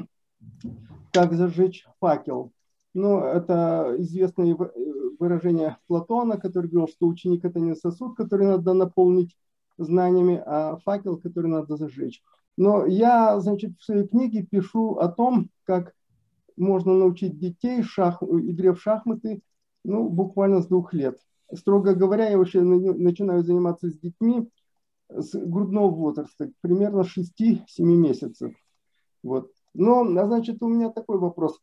«Как зажечь факел». Ну, это известное выражение Платона, который говорил, что ученик – это не сосуд, который надо наполнить знаниями, а факел, который надо зажечь. Но я, значит, в своей книге пишу о том, как можно научить детей шах... игре в шахматы, ну, буквально с двух лет. Строго говоря, я вообще начинаю заниматься с детьми с грудного возраста, примерно шести-семи месяцев. Вот. Но, значит, у меня такой вопрос.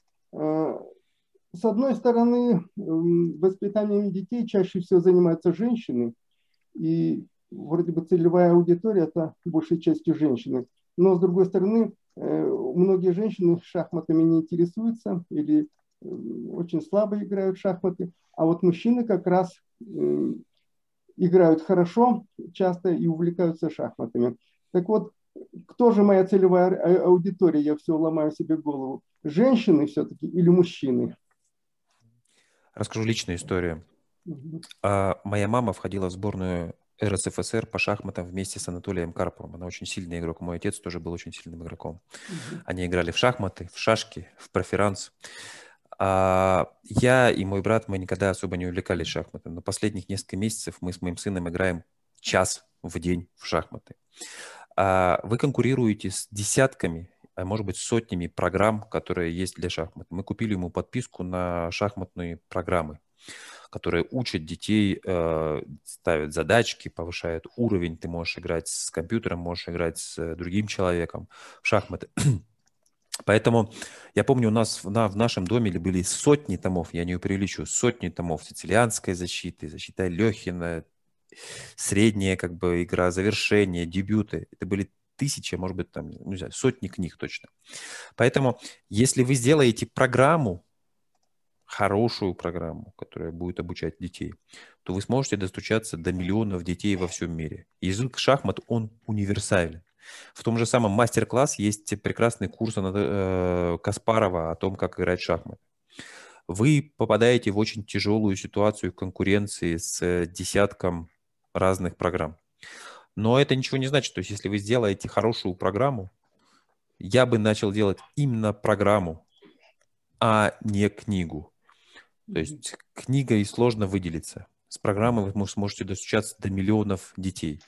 С одной стороны, воспитанием детей чаще всего занимаются женщины, и вроде бы целевая аудитория – это большей частью женщины. Но, с другой стороны, многие женщины шахматами не интересуются или очень слабо играют в шахматы, а вот мужчины как раз играют хорошо, часто и увлекаются шахматами. Так вот, кто же моя целевая аудитория? Я все ломаю себе голову. Женщины все-таки или мужчины? Расскажу личную историю. Угу. А, моя мама входила в сборную эр эс эф эс эр по шахматам вместе с Анатолием Карповым. Она очень сильный игрок. Мой отец тоже был очень сильным игроком. Угу. Они играли в шахматы, в шашки, в преферанс. А я и мой брат, мы никогда особо не увлекались шахматами. Но последних несколько месяцев мы с моим сыном играем час в день в шахматы. А вы конкурируете с десятками, а может быть сотнями программ, которые есть для шахмат. Мы купили ему подписку на шахматные программы, которые учат детей, э, ставят задачки, повышают уровень. Ты можешь играть с компьютером, можешь играть с другим человеком в шахматы. Поэтому я помню, у нас в, на, в нашем доме были сотни томов, я не преувеличу, сотни томов сицилианской защиты, защита Алехина, средняя как бы игра, завершение, дебюты. Это были тысячи, может быть, там, не знаю, сотни книг точно. Поэтому, если вы сделаете программу, хорошую программу, которая будет обучать детей, то вы сможете достучаться до миллионов детей во всем мире. Язык шахмат, он универсален. В том же самом мастер-класс есть прекрасный курс Каспарова о том, как играть в шахматы. Вы попадаете в очень тяжелую ситуацию конкуренции с десятком разных программ. Но это ничего не значит. То есть если вы сделаете хорошую программу, я бы начал делать именно программу, а не книгу. То есть книгой сложно выделиться. С программой вы сможете достучаться до миллионов детей.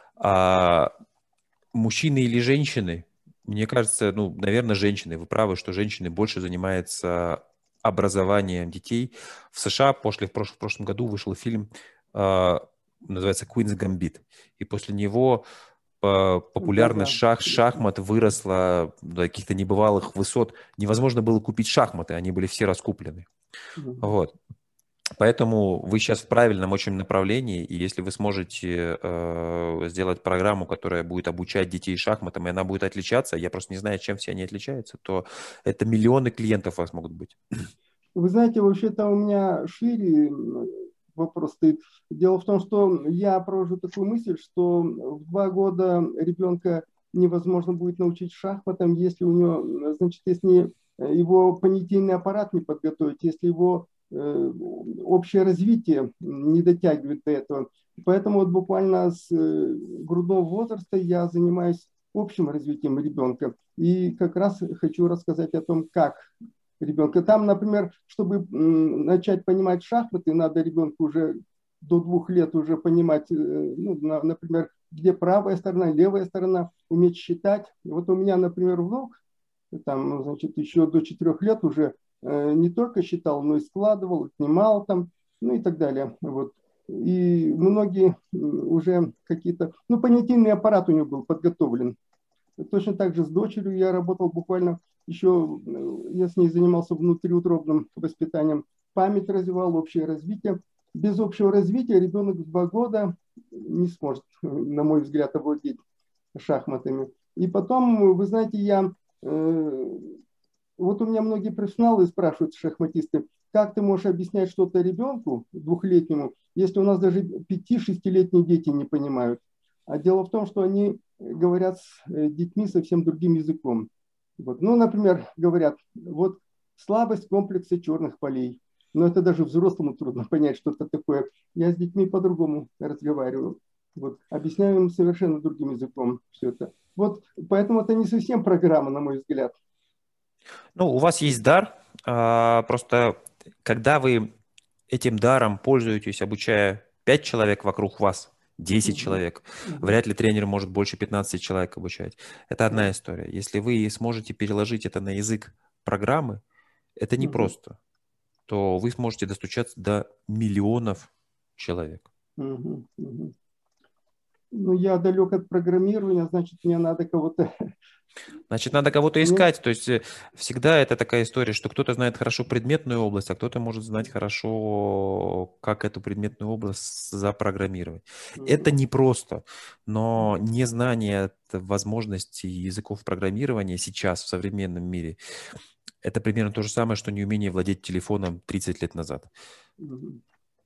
А мужчины или женщины, мне кажется, ну, наверное, женщины. Вы правы, что женщины больше занимаются образованием детей. В США после, в, прошлом, в прошлом году вышел фильм, э, называется «Queen's Gambit». И после него э, популярность шах, шахмат выросла до каких-то небывалых высот. Невозможно было купить шахматы, они были все раскуплены. Вот. Поэтому вы сейчас в правильном очень направлении, и если вы сможете э, сделать программу, которая будет обучать детей шахматам, и она будет отличаться, я просто не знаю, чем все они отличаются, то это миллионы клиентов у вас могут быть. Вы знаете, вообще-то у меня шире вопрос стоит. Дело в том, что я провожу такую мысль, что в два года ребенка невозможно будет научить шахматам, если у него, значит, если его понятийный аппарат не подготовить, если его общее развитие не дотягивает до этого. Поэтому вот буквально с грудного возраста я занимаюсь общим развитием ребенка. И как раз хочу рассказать о том, как ребенка. Там, например, чтобы начать понимать шахматы, надо ребенку уже до двух лет уже понимать, ну, например, где правая сторона, левая сторона, уметь считать. Вот у меня, например, внук, там, значит, еще до четырех лет уже не только считал, но и складывал, отнимал там, ну и так далее. Вот. И многие уже какие-то... Ну, понятийный аппарат у него был подготовлен. Точно так же с дочерью я работал буквально еще... Я с ней занимался внутриутробным воспитанием. Память развивал, общее развитие. Без общего развития ребенок в два года не сможет, на мой взгляд, овладеть шахматами. И потом, вы знаете, я... Вот у меня многие профессионалы спрашивают, шахматисты, как ты можешь объяснять что-то ребенку двухлетнему, если у нас даже пяти-шестилетние дети не понимают. А дело в том, что они говорят с детьми совсем другим языком. Вот. Ну, например, говорят, вот слабость комплекса черных полей. Но это даже взрослому трудно понять, что это такое. Я с детьми по-другому разговариваю. Вот. Объясняю им совершенно другим языком все это. Вот, поэтому это не совсем программа, на мой взгляд. Ну, у вас есть дар, а, просто когда вы этим даром пользуетесь, обучая пять человек вокруг вас, десять mm-hmm. человек, mm-hmm. вряд ли тренер может больше пятнадцати человек обучать. Это одна mm-hmm. история. Если вы сможете переложить это на язык программы, это не mm-hmm. просто, то вы сможете достучаться до миллионов человек. Mm-hmm. Mm-hmm. Ну, я далек от программирования, значит, мне надо кого-то... Значит, надо кого-то искать. То есть всегда это такая история, что кто-то знает хорошо предметную область, а кто-то может знать хорошо, как эту предметную область запрограммировать. Mm-hmm. Это непросто, но незнание возможностей языков программирования сейчас в современном мире – это примерно то же самое, что неумение владеть телефоном тридцать лет назад. Mm-hmm.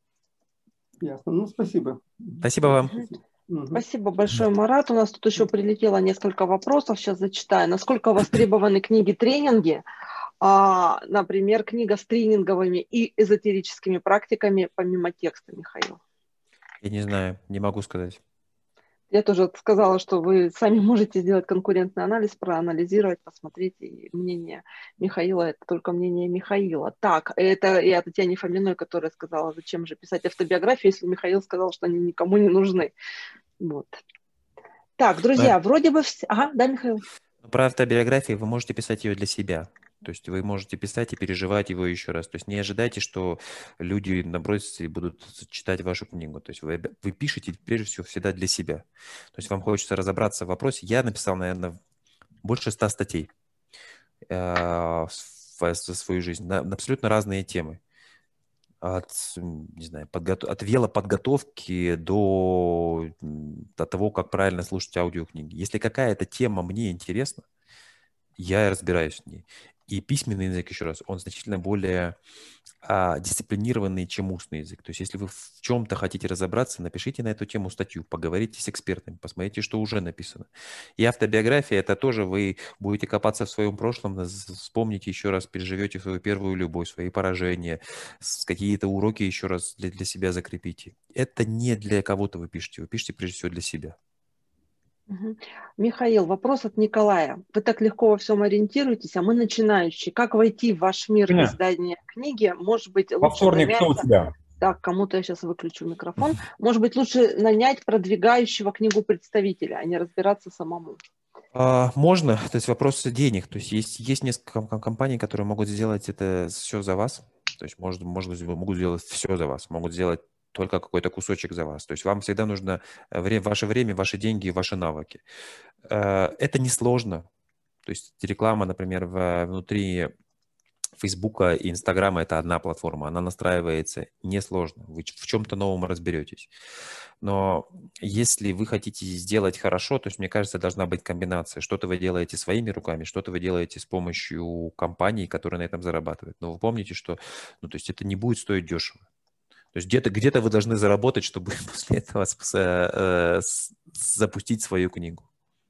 Ясно. Ну, спасибо. Спасибо вам. Спасибо большое, Марат. У нас тут еще прилетело несколько вопросов. Сейчас зачитаю. Насколько востребованы книги-тренинги? А, например, книга с тренинговыми и эзотерическими практиками помимо текста, Михаил? Я не знаю, не могу сказать. Я тоже сказала, что вы сами можете сделать конкурентный анализ, проанализировать, посмотреть. И мнение Михаила – это только мнение Михаила. Так, это я Татьяне Фоминой, которая сказала, зачем же писать автобиографию, если Михаил сказал, что они никому не нужны. Вот. Так, друзья, да. вроде бы все... Ага, да, Михаил? Про автобиографию вы можете писать ее для себя. То есть вы можете писать и переживать его еще раз. То есть не ожидайте, что люди набросятся и будут читать вашу книгу. То есть вы, вы пишете, прежде всего, всегда для себя. То есть вам хочется разобраться в вопросе. Я написал, наверное, больше ста статей э, за свою жизнь на, на абсолютно разные темы. От, не знаю, подготов... от велоподготовки до... до того, как правильно слушать аудиокниги. Если какая-то тема мне интересна, я разбираюсь в ней. И письменный язык, еще раз, он значительно более а, дисциплинированный, чем устный язык. То есть если вы в чем-то хотите разобраться, напишите на эту тему статью, поговорите с экспертами, посмотрите, что уже написано. И автобиография – это тоже вы будете копаться в своем прошлом, вспомните еще раз, переживете свою первую любовь, свои поражения, какие-то уроки еще раз для, для себя закрепите. Это не для кого-то вы пишете, вы пишете прежде всего для себя. Угу. Михаил, вопрос от Николая. Вы так легко во всем ориентируетесь, а мы начинающие. Как войти в ваш мир Меня? издания книги? Может быть, Во лучше вторник что у нанять... тебя? Так, кому-то я сейчас выключу микрофон. Может быть, лучше нанять продвигающего книгу представителя, а не разбираться самому. А, Можно, то есть вопрос денег. То есть есть, есть несколько ком- компаний, которые могут сделать это все за вас. То есть может, может, могут сделать все за вас, могут сделать только какой-то кусочек за вас. То есть вам всегда нужно вре- ваше время, ваши деньги, ваши навыки. Э, Это несложно. То есть реклама, например, в- внутри Фейсбука и Инстаграма – это одна платформа, она настраивается несложно, вы в чем-то новом разберетесь. Но если вы хотите сделать хорошо, то есть, мне кажется, должна быть комбинация. Что-то вы делаете своими руками, что-то вы делаете с помощью компаний, которые на этом зарабатывают. Но вы помните, что ну, то есть это не будет стоить дешево. То есть где-то где вы должны заработать, чтобы после этого с- э, с- запустить свою книгу.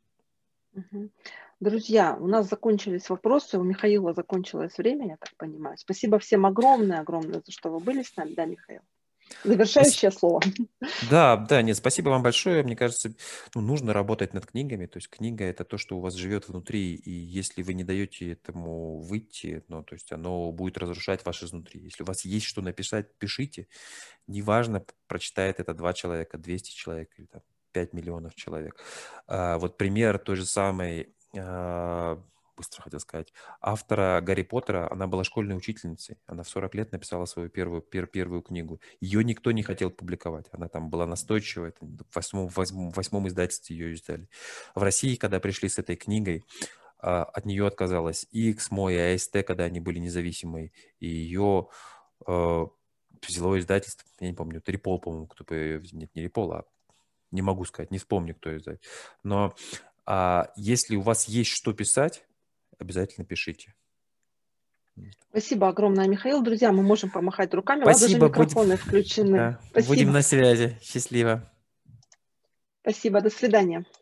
Мгм. Друзья, у нас закончились вопросы, у Михаила закончилось время, я так понимаю. Спасибо всем огромное, огромное, за что вы были с нами. Да, Михаил? Завершающее слово. Да, да, нет, спасибо вам большое. Мне кажется, ну, нужно работать над книгами. То есть книга – это то, что у вас живет внутри, и если вы не даете этому выйти, ну, то есть оно будет разрушать вас изнутри. Если у вас есть что написать, пишите. Неважно, прочитает это два человека, двести человек или там, пять миллионов человек. А, вот пример той же самой, а, быстро хотел сказать, автора Гарри Поттера, она была школьной учительницей. Она в сорок лет написала свою первую, пер, первую книгу. Ее никто не хотел публиковать. Она там была настойчивая. это В восьмом, восьмом, восьмом издательстве ее издали. В России, когда пришли с этой книгой, а, от нее отказалась и Эксмо, и АСТ, когда они были независимые. И ее э, взяло издательство, я не помню, Репол, по-моему, кто бы... Нет, не Репол, а не могу сказать, не вспомню, кто издатель. Но а, если у вас есть что писать, обязательно пишите. Спасибо огромное, Михаил. Друзья, мы можем помахать руками. У вас даже Спасибо, будем, микрофоны включены. да, Спасибо. будем на связи. Счастливо. Спасибо, до свидания.